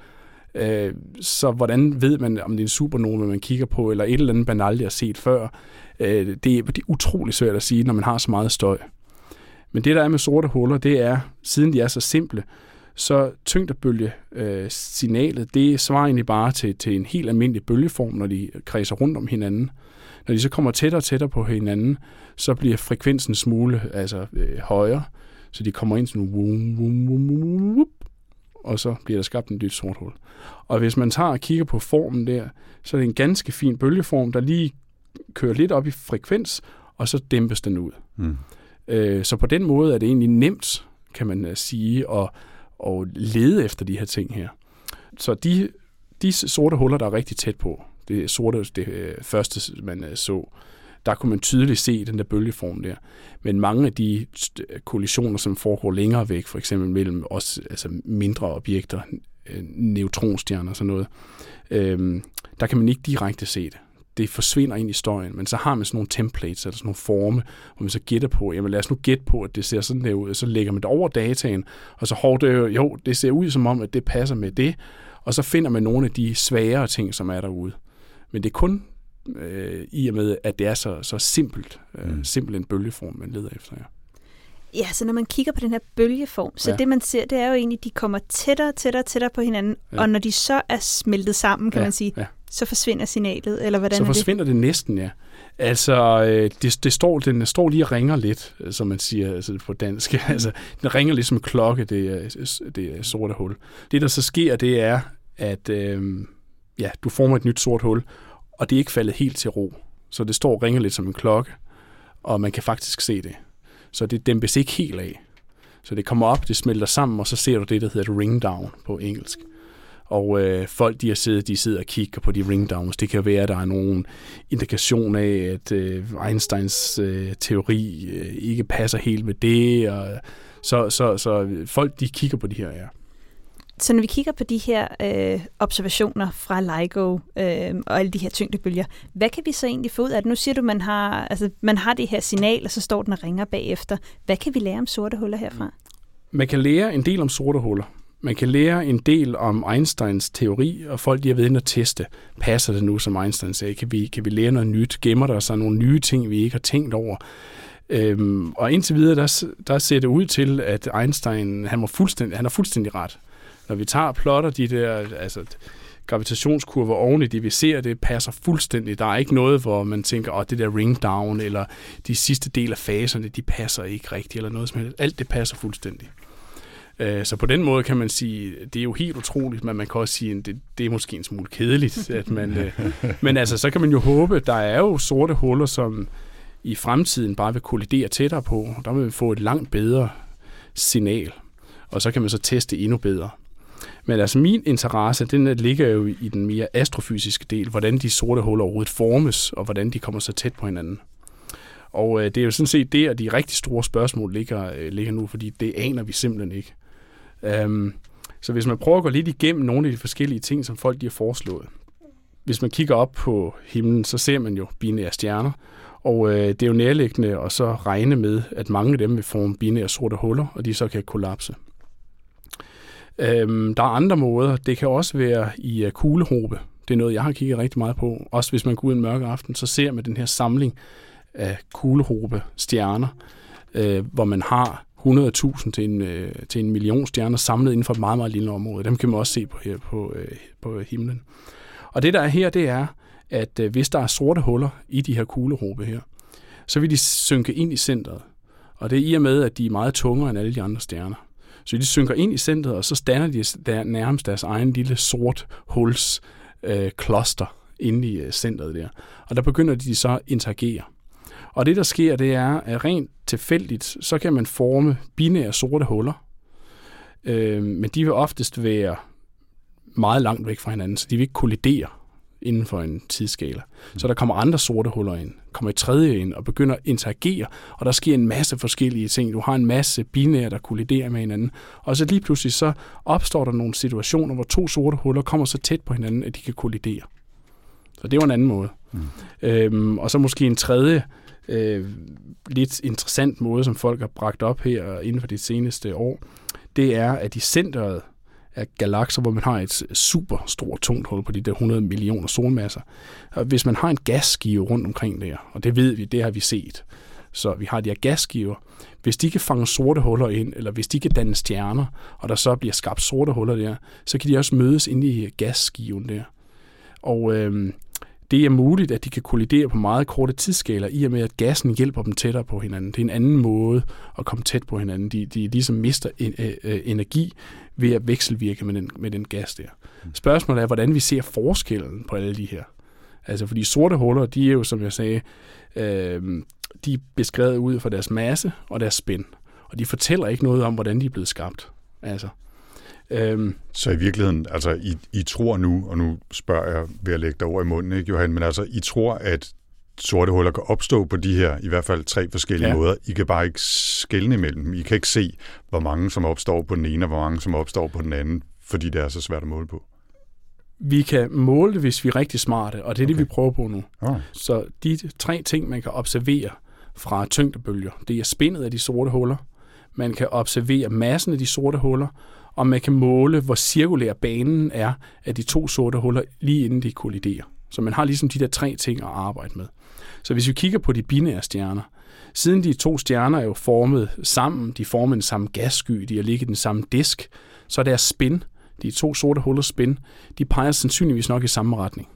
Så hvordan ved man, om det er en supernova, man kigger på, eller et eller andet, man aldrig har set før? Det er utroligt svært at sige, når man har så meget støj. Men det, der er med sorte huller, det er, siden de er så simple, så tyngdebølgesignalet, det svarer egentlig bare til en helt almindelig bølgeform, når de kredser rundt om hinanden. Når de så kommer tættere og tættere på hinanden, så bliver frekvensen smule højere, så de kommer ind sådan whoop, og så bliver der skabt en dybt sort hul. Og hvis man tager og kigger på formen der, så er det en ganske fin bølgeform, der lige kører lidt op i frekvens, og så dæmpes den ud. Så på den måde er det egentlig nemt, kan man sige, at lede efter de her ting her. Så de sorte huller, der er rigtig tæt på, det første, man så, der kunne man tydeligt se den der bølgeform der. Men mange af de kollisioner, som foregår længere væk, for eksempel mellem også altså mindre objekter, neutronstjerner og sådan noget, der kan man ikke direkte se det. Det forsvinder ind i støjen, men så har man sådan nogle templates, eller sådan nogle forme, hvor man så gætter på, jamen lad os nu gætte på, at det ser sådan der ud, og så lægger man det over dataen, og så det ser ud som om, at det passer med det, og så finder man nogle af de sværere ting, som er derude. Men det er kun i og med, at det er så simpelt, simpelt en bølgeform, man leder efter. Ja, så når man kigger på den her bølgeform, så det man ser, det er jo egentlig, at de kommer tættere på hinanden, og når de så er smeltet sammen, kan man sige, så forsvinder signalet, eller hvordan så forsvinder det næsten, ja. Altså, den står lige og ringer lidt, som man siger altså på dansk. Altså, den ringer lidt som en klokke, det sorte hul. Det, der så sker, det er, at du former et nyt sort hul, og det er ikke faldet helt til ro. Så det står og ringer lidt som en klokke, og man kan faktisk se det. Så det dæmpes ikke helt af. Så det kommer op, det smelter sammen, og så ser du det, der hedder et ringdown på engelsk. Og folk, de sidder og kigger på de ringdowns. Det kan være, at der er nogen indikation af, at Einsteins teori ikke passer helt med det. Og så folk, de kigger på de her, ja. Så når vi kigger på de her observationer fra LIGO og alle de her tyngdebølger, hvad kan vi så egentlig få ud af det? Nu siger du, man har det her signal, og så står den og ringer bagefter. Hvad kan vi lære om sorte huller herfra? Man kan lære en del om sorte huller. Man kan lære en del om Einsteins teori, og folk de har været inde og teste. Passer det nu, som Einstein sagde? Kan vi lære noget nyt? Gemmer der sig nogle nye ting, vi ikke har tænkt over? Og indtil videre, der ser det ud til, at Einstein han har fuldstændig ret. Når vi tager og plotter de der gravitationskurver oven i det, vi ser, det passer fuldstændig. Der er ikke noget, hvor man tænker, det der ring down, eller de sidste del af faserne, de passer ikke rigtigt, eller noget som helst. Alt det passer fuldstændig. Så på den måde kan man sige, det er jo helt utroligt, men man kan også sige, at det er måske en smule kedeligt. Men altså, så kan man jo håbe, der er jo sorte huller, som i fremtiden bare vil kollidere tættere på. Der vil vi få et langt bedre signal, og så kan man så teste endnu bedre. Men altså min interesse, den ligger jo i den mere astrofysiske del, hvordan de sorte huller overhovedet formes, og hvordan de kommer så tæt på hinanden. Og det er jo sådan set det, at de rigtig store spørgsmål ligger nu, fordi det aner vi simpelthen ikke. Så hvis man prøver at gå lidt igennem nogle af de forskellige ting, som folk de har foreslået. Hvis man kigger op på himlen, så ser man jo binære stjerner, og det er jo nærliggende at så regne med, at mange af dem vil forme binære sorte huller, og de så kan kollapse. Der er andre måder. Det kan også være i kuglehobe. Det er noget, jeg har kigget rigtig meget på. Også hvis man går ud en mørk aften, så ser man den her samling af kuglehobe stjerner, hvor man har 100.000 til en million stjerner samlet inden for et meget, meget lille område. Dem kan man også se på himlen. Og det der er her, det er, at hvis der er sorte huller i de her kuglehobe her, så vil de synke ind i centret. Og det er i og med, at de er meget tungere end alle de andre stjerner. Så de synker ind i centret, og så danner de nærmest deres egen lille sort huls kloster inde i centret der. Og der begynder de så at interagere. Og det, der sker, det er, at rent tilfældigt, så kan man forme binære sorte huller. Men de vil oftest være meget langt væk fra hinanden, så de vil ikke kollidere inden for en tidsskala. Så der kommer andre sorte huller ind, kommer et tredje ind og begynder at interagere, og der sker en masse forskellige ting. Du har en masse binære, der kolliderer med hinanden, og så lige pludselig så opstår der nogle situationer, hvor to sorte huller kommer så tæt på hinanden, at de kan kollidere. Så det var en anden måde. Og så måske en tredje lidt interessant måde, som folk har bragt op her inden for de seneste år, det er, at i centret af galakser, hvor man har et super stort tungt hul på de der 100 millioner solmasser. Og hvis man har en gasskive rundt omkring der, og det ved vi, det har vi set, så vi har de her gasskiver, hvis de kan fange sorte huller ind, eller hvis de kan danne stjerner, og der så bliver skabt sorte huller der, så kan de også mødes inde i gasskiven der. Og det er muligt, at de kan kollidere på meget korte tidsskaler, i og med, at gassen hjælper dem tættere på hinanden. Det er en anden måde at komme tæt på hinanden. De ligesom mister energi ved at vekselvirke med den gas der. Spørgsmålet er, hvordan vi ser forskellen på alle de her. Altså, fordi sorte huller, de er jo, som jeg sagde, de er beskrevet ud fra deres masse og deres spin. Og de fortæller ikke noget om, hvordan de er blevet skabt. Altså, så i virkeligheden, altså I tror nu, og nu spørger jeg ved at lægge dig ord i munden, ikke Johan, men altså I tror, at sorte huller kan opstå på de her, i hvert fald 3 forskellige måder. I kan bare ikke skelne imellem dem. I kan ikke se, hvor mange som opstår på den ene, og hvor mange som opstår på den anden, fordi det er så svært at måle på. Vi kan måle det, hvis vi er rigtig smarte, og det er det, vi prøver på nu. Så de 3 ting, man kan observere fra tyngdebølger, det er spindet af de sorte huller, man kan observere massen af de sorte huller, og man kan måle, hvor cirkulær banen er af de 2 sorte huller, lige inden de kolliderer. Så man har ligesom de der 3 ting at arbejde med. Så hvis vi kigger på de binære stjerner, siden de 2 stjerner er jo formet sammen, de former den samme gassky, de har ligget i den samme disk, så er deres spin, de 2 sorte hullers spin, de peger sandsynligvis nok i samme retning.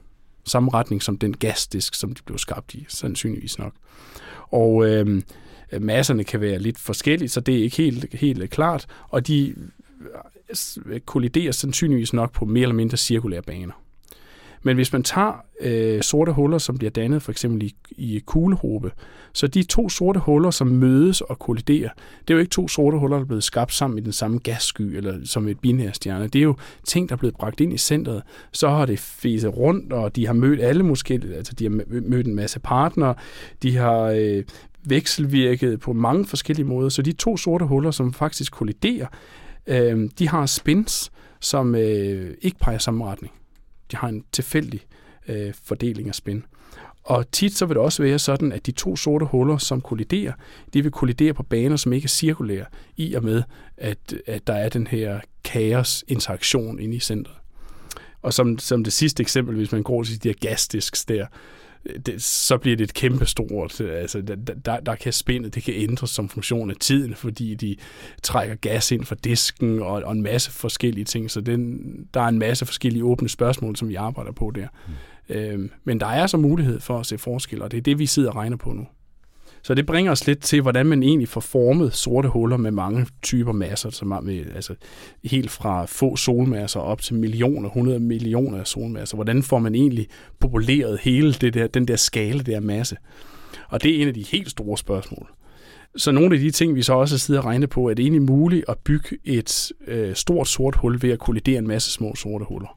Samme retning som den gasdisk, som de blev skabt i, sandsynligvis nok. Og masserne kan være lidt forskellige, så det er ikke helt klart, og de kolliderer sandsynligvis nok på mere eller mindre cirkulære baner. Men hvis man tager sorte huller, som bliver dannet for eksempel i kuglehobe, så de 2 sorte huller, som mødes og kolliderer, det er jo ikke 2 sorte huller, der er blevet skabt sammen i den samme gassky, eller som et binærstjerne. Det er jo ting, der er blevet bragt ind i centret. Så har det fæset rundt, og de har mødt alle måske, altså de har mødt en masse partnere, de har vekselvirket på mange forskellige måder. Så de 2 sorte huller, som faktisk kolliderer, de har spins, som ikke peger samme retning. De har en tilfældig fordeling af spin. Og tit så vil det også være sådan, at de 2 sorte huller, som kolliderer, de vil kollidere på baner, som ikke er cirkulære, i og med, at der er den her kaos-interaktion inde i centret. Og som det sidste eksempel, hvis man går til de her gasdisks der, så bliver det et kæmpe stort, altså der kan spindet, det kan ændres som funktion af tiden, fordi de trækker gas ind fra disken og en masse forskellige ting, så der er en masse forskellige åbne spørgsmål, som vi arbejder på der. Men der er så mulighed for at se forskel, og det er det, vi sidder og regner på nu. Så det bringer os lidt til, hvordan man egentlig får formet sorte huller med mange typer masser, som er med, altså helt fra få solmasser op til 100 millioner af solmasser. Hvordan får man egentlig populeret hele den der skala der masse? Og det er en af de helt store spørgsmål. Så nogle af de ting, vi så også sidder og regner på, er det egentlig muligt at bygge et stort sort hul ved at kollidere en masse små sorte huller.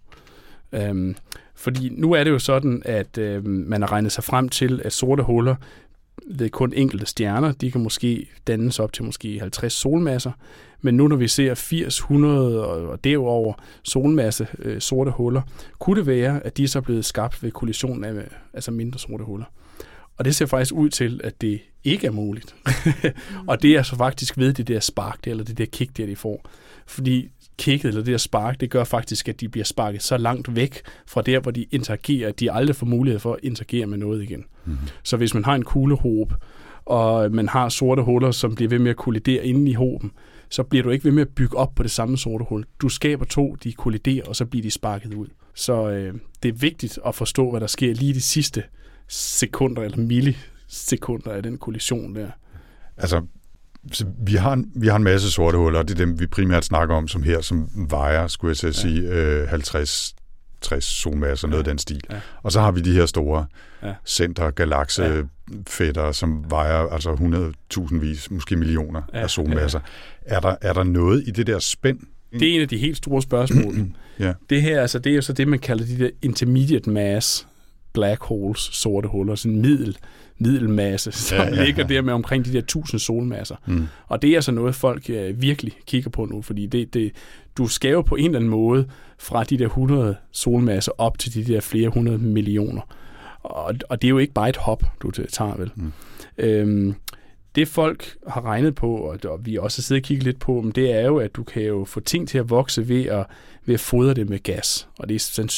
Fordi nu er det jo sådan, at man har regnet sig frem til, at sorte huller ved kun enkelte stjerner, de kan måske dannes op til måske 50 solmasser, men nu når vi ser 80, 100 og derover solmasse sorte huller, kunne det være, at de er så blevet skabt ved kollision af altså mindre sorte huller. Og det ser faktisk ud til, at det ikke er muligt. Og det er så faktisk ved det der spark, eller det der kick, der de får. Fordi kicket eller det der spark, det gør faktisk, at de bliver sparket så langt væk fra der, hvor de interagerer, at de aldrig får mulighed for at interagere med noget igen. Mm-hmm. Så hvis man har en kuglehob, og man har sorte huller, som bliver ved med at kollidere inde i hoben, så bliver du ikke ved med at bygge op på det samme sorte hul. Du skaber 2, de kolliderer, og så bliver de sparket ud. Så det er vigtigt at forstå, hvad der sker lige de sidste sekunder eller millisekunder af den kollision der. Altså, vi har en masse sorte huller, og det er dem, vi primært snakker om som her, som vejer, skulle jeg sige, 50-60 solmasser, noget af den stil. Ja. Og så har vi de her store center, galaksefætter, som vejer altså 100.000vis, måske millioner af solmasser. Ja. Er der noget i det der spænd? Det er en af de helt store spørgsmål. Ja. Det her, altså, det er jo så det, man kalder de der intermediate mass black holes, sorte huller, sådan en middelmasse, som ligger der med omkring de der 1000 solmasser. Mm. Og det er altså noget, folk virkelig kigger på nu, fordi du skal jo på en eller anden måde fra de der 100 solmasser op til de der flere 100 millioner. Og det er jo ikke bare et hop, du tager vel. Mm. Det folk har regnet på, og vi også sidder og kigger lidt på, det er jo, at du kan jo få ting til at vokse ved at fodre det med gas. Og det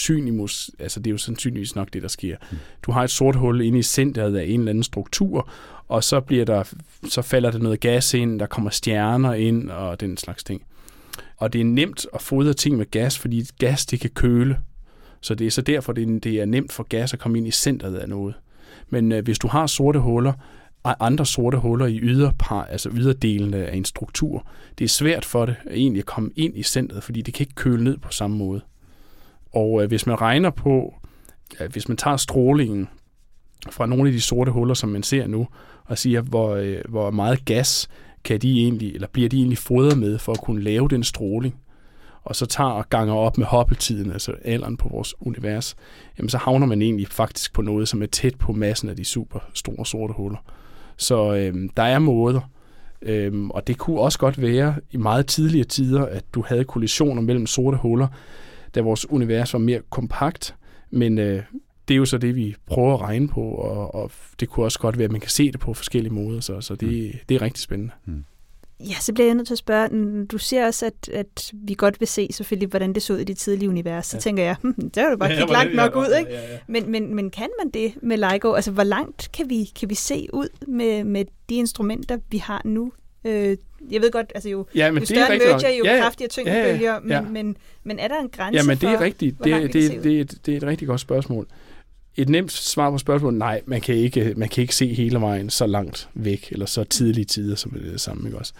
er jo sandsynligvis nok det, der sker. Mm. Du har et sort hul inde i centret af en eller anden struktur, og så falder der noget gas ind, der kommer stjerner ind og den slags ting. Og det er nemt at fodre ting med gas, fordi gas, det kan køle. Så det er så derfor, det er nemt for gas at komme ind i centret af noget. Men hvis du har sorte huller, andre sorte huller i yderdelen af en struktur. Det er svært for det egentlig at komme ind i centret, fordi det kan ikke køle ned på samme måde. Og hvis man regner på, hvis man tager strålingen fra nogle af de sorte huller, som man ser nu, og siger, hvor meget gas kan de egentlig, eller bliver de egentlig fodret med for at kunne lave den stråling, og så tager og ganger op med Hubble-tiden, altså alderen på vores univers, jamen så havner man egentlig faktisk på noget, som er tæt på massen af de super store sorte huller. Så der er måder, og det kunne også godt være i meget tidligere tider, at du havde kollisioner mellem sorte huller, da vores univers var mere kompakt, men det er jo så det, vi prøver at regne på, og det kunne også godt være, at man kan se det på forskellige måder, så det er rigtig spændende. Mm. Ja, så bliver jeg nødt til at spørge, du siger også, at vi godt vil se selvfølgelig, hvordan det så ud i det tidlige univers. Så tænker jeg, det er jo bare kigge langt nok ud, ikke? Ja. Men kan man det med LIGO? Altså, hvor langt kan vi se ud med de instrumenter, vi har nu? Jeg ved godt, altså jo større merger, jo kraftigere tyngdebølger, men er der en grænse for, det er rigtigt. Det er et rigtig godt spørgsmål. Et nemt svar på spørgsmålet, nej, man kan ikke se hele vejen så langt væk, eller så tidlige tider, som det er det samme, ikke også?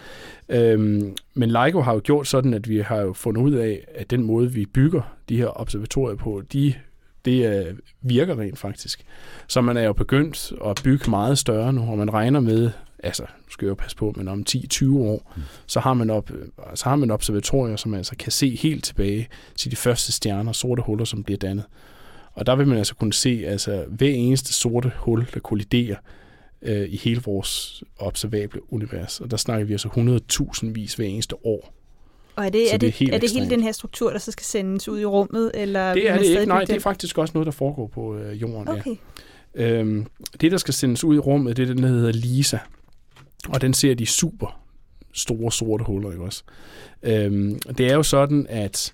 Men LIGO har jo gjort sådan, at vi har jo fundet ud af, at den måde, vi bygger de her observatorier på, det virker rent faktisk. Så man er jo begyndt at bygge meget større nu, og man regner med, altså, nu skal jeg jo passe på, men om 10-20 år, så har man observatorier, som altså kan se helt tilbage til de første stjerner, sorte huller, som bliver dannet. Og der vil man altså kunne se altså, hver eneste sorte hul, der kolliderer i hele vores observable univers. Og der snakker vi altså 100.000 hver eneste år. Og er det hele den her struktur, der så skal sendes ud i rummet? Eller det er det ikke. Nej, det er faktisk også noget, der foregår på jorden. Okay. Ja. Det, der skal sendes ud i rummet, det er den, der hedder LISA. Og den ser de super store sorte huller, ikke også? Det er jo sådan, at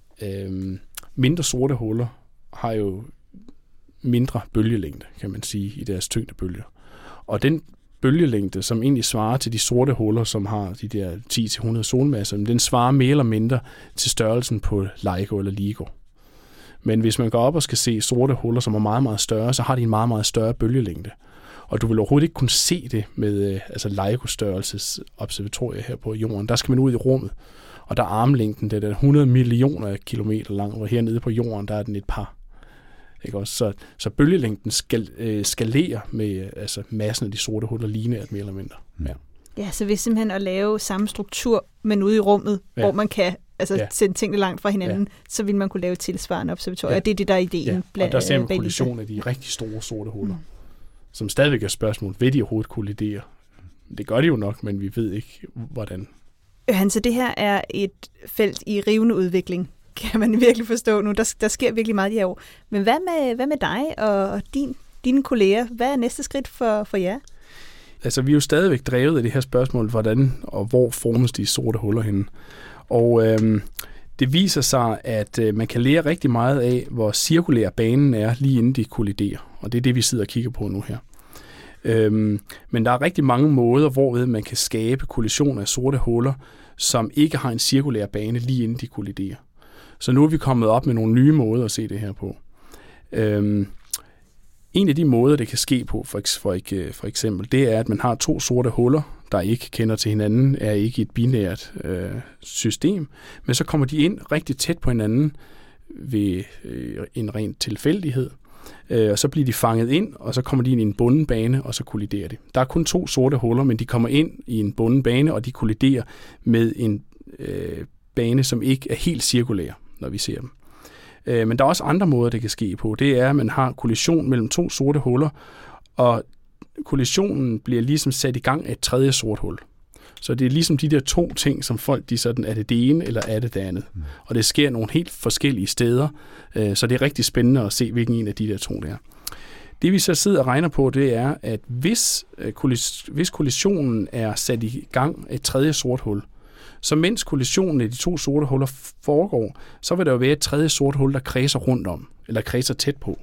mindre sorte huller har jo mindre bølgelængde, kan man sige, i deres tyngdebølger. Og den bølgelængde, som egentlig svarer til de sorte huller, som har de der 10-100 solmasser, den svarer mere eller mindre til størrelsen på LIGO eller LIGO. Men hvis man går op og skal se sorte huller, som er meget, meget større, så har de en meget, meget større bølgelængde. Og du vil overhovedet ikke kunne se det med LIGO-størrelses observatorier her på jorden. Der skal man ud i rummet, og der er armlængden, det er 100 millioner kilometer lang, og hernede på jorden, der er den et par. Ikke også? Så bølgelængden skalerer med massen af de sorte huller lineært mere eller mindre. Ja. Ja, så hvis simpelthen at lave samme struktur, men ude i rummet, hvor man kan sende tingene langt fra hinanden, så vil man kunne lave tilsvarende observatorier. Det er det, der er ideen. Ja. Og der ser man kollision af de rigtig store sorte huller, som stadigvæk er spørgsmål. Vil de overhovedet kollidere? Det gør de jo nok, men vi ved ikke, hvordan. Så det her er et felt i rivende udvikling, kan man virkelig forstå nu. Der sker virkelig meget i de her år. Men hvad med dig og dine kolleger? Hvad er næste skridt for jer? Altså, vi er jo stadigvæk drevet af det her spørgsmål, hvordan og hvor formes de sorte huller henne. Og det viser sig, at man kan lære rigtig meget af, hvor cirkulær banen er, lige inden de kolliderer. Og det er det, vi sidder og kigger på nu her. Men der er rigtig mange måder, hvorved man kan skabe kollisioner af sorte huller, som ikke har en cirkulær bane, lige inden de kolliderer. Så nu er vi kommet op med nogle nye måder at se det her på. En af de måder, det kan ske på, for eksempel, det er, at man har to sorte huller, der ikke kender til hinanden, er ikke et binært system, men så kommer de ind rigtig tæt på hinanden ved en ren tilfældighed, og så bliver de fanget ind, og så kommer de ind i en bunden bane, og så kolliderer de. Der er kun to sorte huller, men de kommer ind i en bunden bane, og de kolliderer med en bane, som ikke er helt cirkulær, når vi ser dem. Men der er også andre måder, det kan ske på. Det er, at man har kollision mellem to sorte huller, og kollisionen bliver ligesom sat i gang af et tredje sort hul. Så det er ligesom de der to ting, som folk, de sådan, er det ene eller er det andet. Og det sker nogle helt forskellige steder, så det er rigtig spændende at se, hvilken en af de der to det er. Det vi så sidder og regner på, det er, at hvis kollisionen er sat i gang af et tredje sort hul, så mens kollisionen af de to sorte huller foregår, så vil der jo være et tredje sort hul, der kredser rundt om, eller kredser tæt på.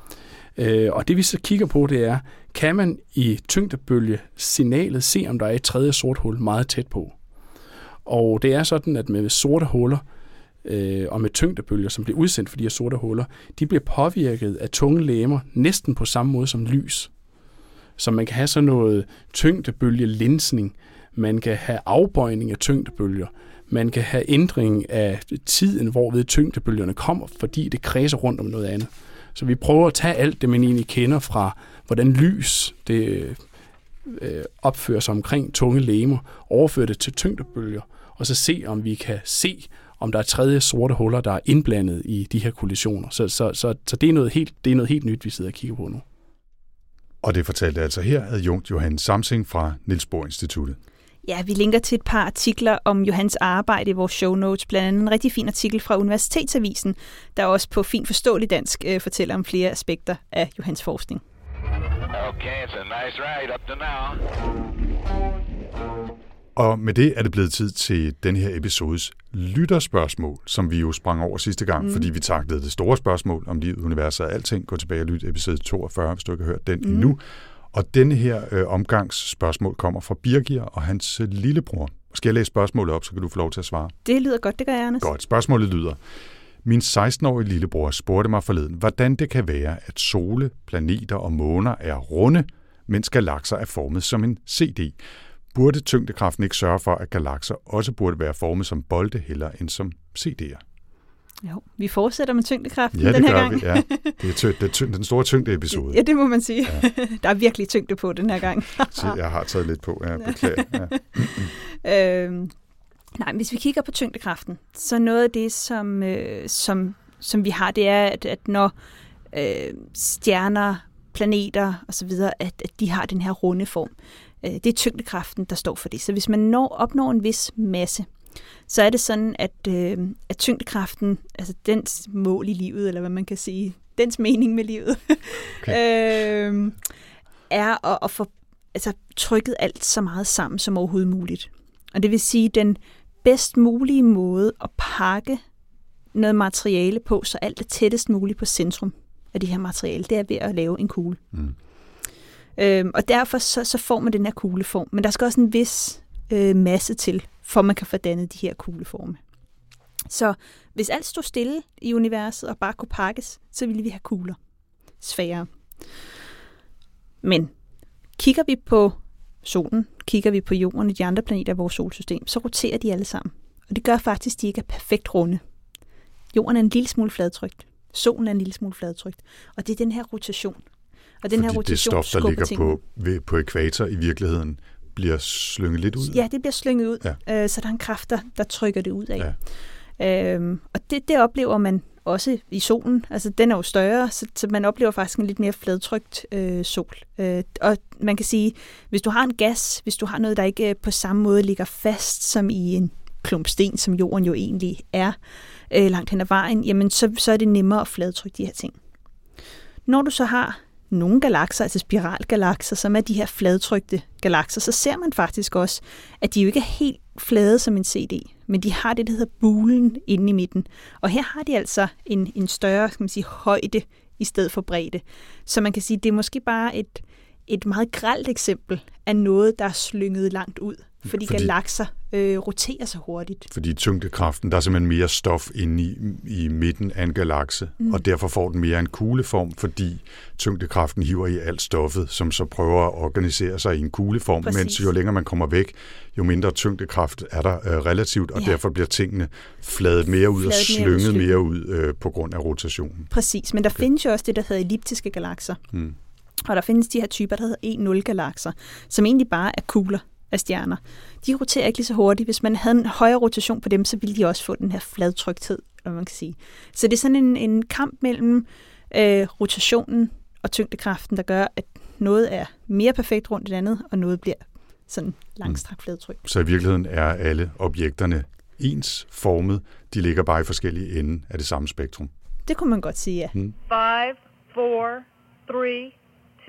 Og det vi så kigger på, det er, kan man i tyngdebølgesignalet se, om der er et tredje sort hul meget tæt på. Og det er sådan, at med sorte huller og med tyngdebølger, som bliver udsendt for de her sorte huller, de bliver påvirket af tunge legemer næsten på samme måde som lys. Så man kan have sådan noget tyngdebølgelinsning, man kan have afbøjning af tyngdebølger, man kan have ændring af tiden, hvorved tyngdebølgerne kommer, fordi det kredser rundt om noget andet. Så vi prøver at tage alt det, man egentlig kender fra, hvordan lys det opfører sig omkring tunge legemer, overføre det til tyngdebølger, og så se, om vi kan se, om der er tredje sorte huller, der er indblandet i de her kollisioner. Så det er noget helt nyt, vi sidder og kigger på nu. Og det fortalte altså her adjunkt Johan Samsing fra Niels Bohr Instituttet. Ja, vi linker til et par artikler om Johans arbejde i vores show notes, blandt andet en rigtig fin artikel fra Universitetsavisen, der også på fint forståeligt dansk fortæller om flere aspekter af Johans forskning. Okay, it's a nice ride up to now. Og med det er det blevet tid til den her episodes lytterspørgsmål, som vi jo sprang over sidste gang, fordi vi taklede det store spørgsmål om livet, universet og alting. Gå tilbage og lyt episode 42, hvis du ikke har hørt den endnu. Og denne her omgangsspørgsmål kommer fra Birgir og hans lillebror. Skal jeg læse spørgsmålet op, så kan du få lov til at svare? Det lyder godt, det gør jeg, Anders. Godt. Spørgsmålet lyder: Min 16-årige lillebror spurgte mig forleden, hvordan det kan være, at sole, planeter og måner er runde, mens galakser er formet som en CD. Burde tyngdekraften ikke sørge for, at galakser også burde være formet som bolde hellere end som CD'er? Jo, vi fortsætter med tyngdekraften den her gang. Ja, det gør vi. Det er den store tyngde-episode. Ja, det må man sige. Ja. Der er virkelig tyngde på den her gang. Så jeg har taget lidt på, ja, beklager. Ja. Nej, hvis vi kigger på tyngdekraften, så noget af det, som vi har, det er, at når stjerner, planeter osv., at de har den her runde form. Det er tyngdekraften, der står for det. Så hvis man opnår en vis masse, så er det sådan, at tyngdekraften, altså dens mål i livet, eller hvad man kan sige, dens mening med livet, okay. Er at få trykket alt så meget sammen som overhovedet muligt. Og det vil sige, den bedst mulige måde at pakke noget materiale på, så alt er tættest muligt på centrum af det her materiale, det er ved at lave en kugle. Og derfor så får man den her kugleform. Men der skal også en vis masse til, for man kan få dannet de her kugleforme. Så hvis alt stod stille i universet og bare kunne pakkes, så ville vi have kugler. Sfærer. Men kigger vi på solen, kigger vi på jorden og de andre planeter i vores solsystem, så roterer de alle sammen. Og det gør faktisk, at de ikke er perfekt runde. Jorden er en lille smule fladtrykt. Solen er en lille smule fladtrykt. Og det er den her rotation. Og den fordi her rotation det stof, der ligger på ækvator i virkeligheden, bliver slynget lidt ud? Ja, det bliver slynget ud. Ja. Så der er en kraft, der trykker det ud af. Ja. Og det oplever man også i solen. Altså, den er jo større, så man oplever faktisk en lidt mere fladtrykt sol. Og man kan sige, hvis du har en gas, hvis du har noget, der ikke på samme måde ligger fast som i en klump sten, som jorden jo egentlig er langt hen ad vejen, jamen så er det nemmere at fladtrykke de her ting. Når du så har nogle galakser, altså spiralgalakser, som er de her fladtrykte galakser, så ser man faktisk også, at de jo ikke er helt flade som en CD, men de har det, der hedder bulen inde i midten. Og her har de altså en større, skal man sige, højde i stedet for bredde. Så man kan sige, det er måske bare et meget grelt eksempel af noget, der er slynget langt ud, fordi galakser roterer så hurtigt. Fordi tyngdekraften, der er simpelthen mere stof inde i midten af en galakse, og derfor får den mere en kugleform, fordi tyngdekraften hiver i alt stoffet, som så prøver at organisere sig i en kugleform, præcis. Mens jo længere man kommer væk, jo mindre tyngdekraft er der relativt, og derfor bliver tingene fladet mere ud og slynget mere ud på grund af rotationen. Præcis, men der findes jo også det, der hedder elliptiske galakser. Og der findes de her typer, der hedder E0-galakser, som egentlig bare er kugler af stjerner. De roterer ikke lige så hurtigt. Hvis man havde en højere rotation på dem, så ville de også få den her fladtrykthed, hvad man kan sige. Så det er sådan en kamp mellem rotationen og tyngdekraften, der gør, at noget er mere perfekt rundt end andet, og noget bliver sådan langstrakt fladtryk. Så i virkeligheden er alle objekterne ens formet. De ligger bare i forskellige ender af det samme spektrum. Det kunne man godt sige, ja. 5, 4, 3, 2,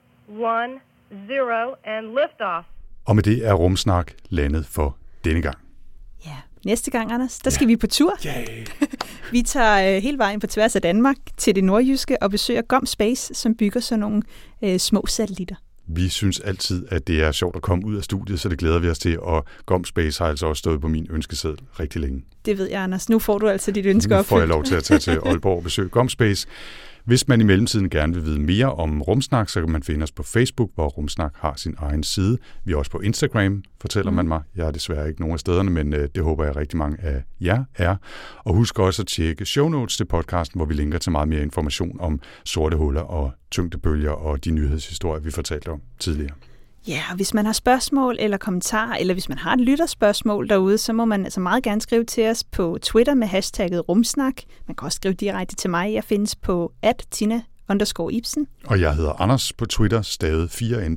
1, 0, and lift-off. Og med det er Rumsnak landet for denne gang. Ja, næste gang, Anders, der skal vi på tur. Yeah. Vi tager hele vejen på tværs af Danmark til det nordjyske og besøger GomSpace, som bygger sådan nogle små satellitter. Vi synes altid, at det er sjovt at komme ud af studiet, så det glæder vi os til, og GomSpace har altså også stået på min ønskeseddel rigtig længe. Det ved jeg, Anders. Nu får du altså dit ønske opfyldt. Nu får jeg lov til at tage til Aalborg og besøge GomSpace. Hvis man i mellemtiden gerne vil vide mere om Rumsnak, så kan man finde os på Facebook, hvor Rumsnak har sin egen side. Vi er også på Instagram, fortæller man mig. Jeg er desværre ikke nogen af stederne, men det håber jeg rigtig mange af jer er. Og husk også at tjekke show notes til podcasten, hvor vi linker til meget mere information om sorte huller og tyngdebølger og de nyhedshistorier, vi fortalte om tidligere. Ja, og hvis man har spørgsmål eller kommentarer, eller hvis man har et lytterspørgsmål derude, så må man altså meget gerne skrive til os på Twitter med hashtagget Rumsnak. Man kan også skrive direkte til mig. Jeg findes på @Tina_Ibsen. Og jeg hedder Anders på Twitter, stavet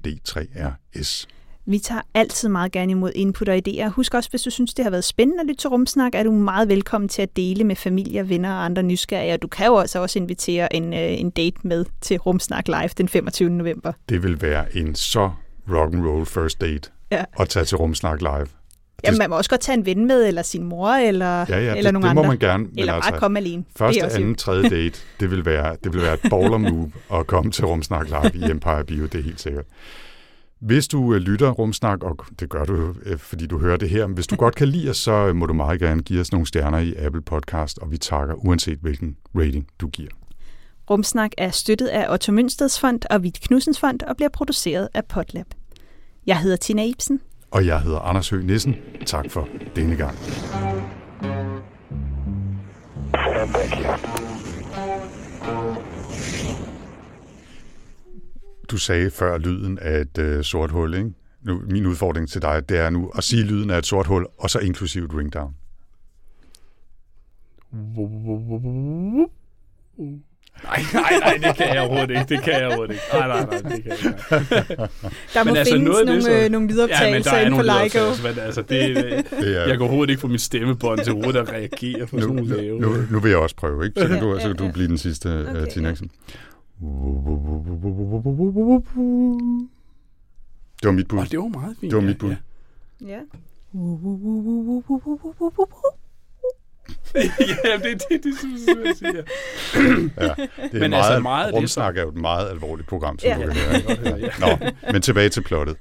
4ND3RS. Vi tager altid meget gerne imod input og idéer. Husk også, hvis du synes, det har været spændende at lytte til Rumsnak, er du meget velkommen til at dele med familie, venner og andre nysgerrige. Og du kan jo også invitere en date med til Rumsnak Live den 25. november. Det vil være en så rock'n'roll first date at tage til Rumsnak Live. Ja, man må også godt tage en ven med, eller sin mor, eller eller nogle andre. Det må man gerne. Eller bare komme alene. Første, anden, tredje date, det vil være et baller move at komme til Rumsnak Live i Empire Bio, det er helt sikkert. Hvis du lytter Rumsnak, og det gør du jo, fordi du hører det her, men hvis du godt kan lide os, så må du meget gerne give os nogle stjerner i Apple Podcast, og vi takker uanset hvilken rating du giver. Rumsnak er støttet af Otto Mønsteds Fond og Vit Knudsens Fond og bliver produceret af Podlab. Jeg hedder Tina Ibsen. Og jeg hedder Anders Høgh Nissen. Tak for denne gang. Du sagde før lyden af et sort hul, ikke? Nu, min udfordring til dig, det er nu at sige lyden af et sort hul, og så inklusivt ringdown. Nej, det kan jeg overhovedet ikke. Nej, det kan jeg ikke. Der må findes nogle lydoptagelser inden for LIGO. Men altså, jeg kan overhovedet ikke få mit stemmebånd til hovedet at reagere på sådan nogle lave. Nu vil jeg også prøve, ikke? Så kan du blive den sidste, okay, Tina Ibsen. Det var mit bud. Det var meget fint. Det var mit bud. Ja. Ja, det synes jeg siger. Ja, det er meget Rumsnak er jo et meget alvorligt program, som du kan høre. Nå, men tilbage til plottet.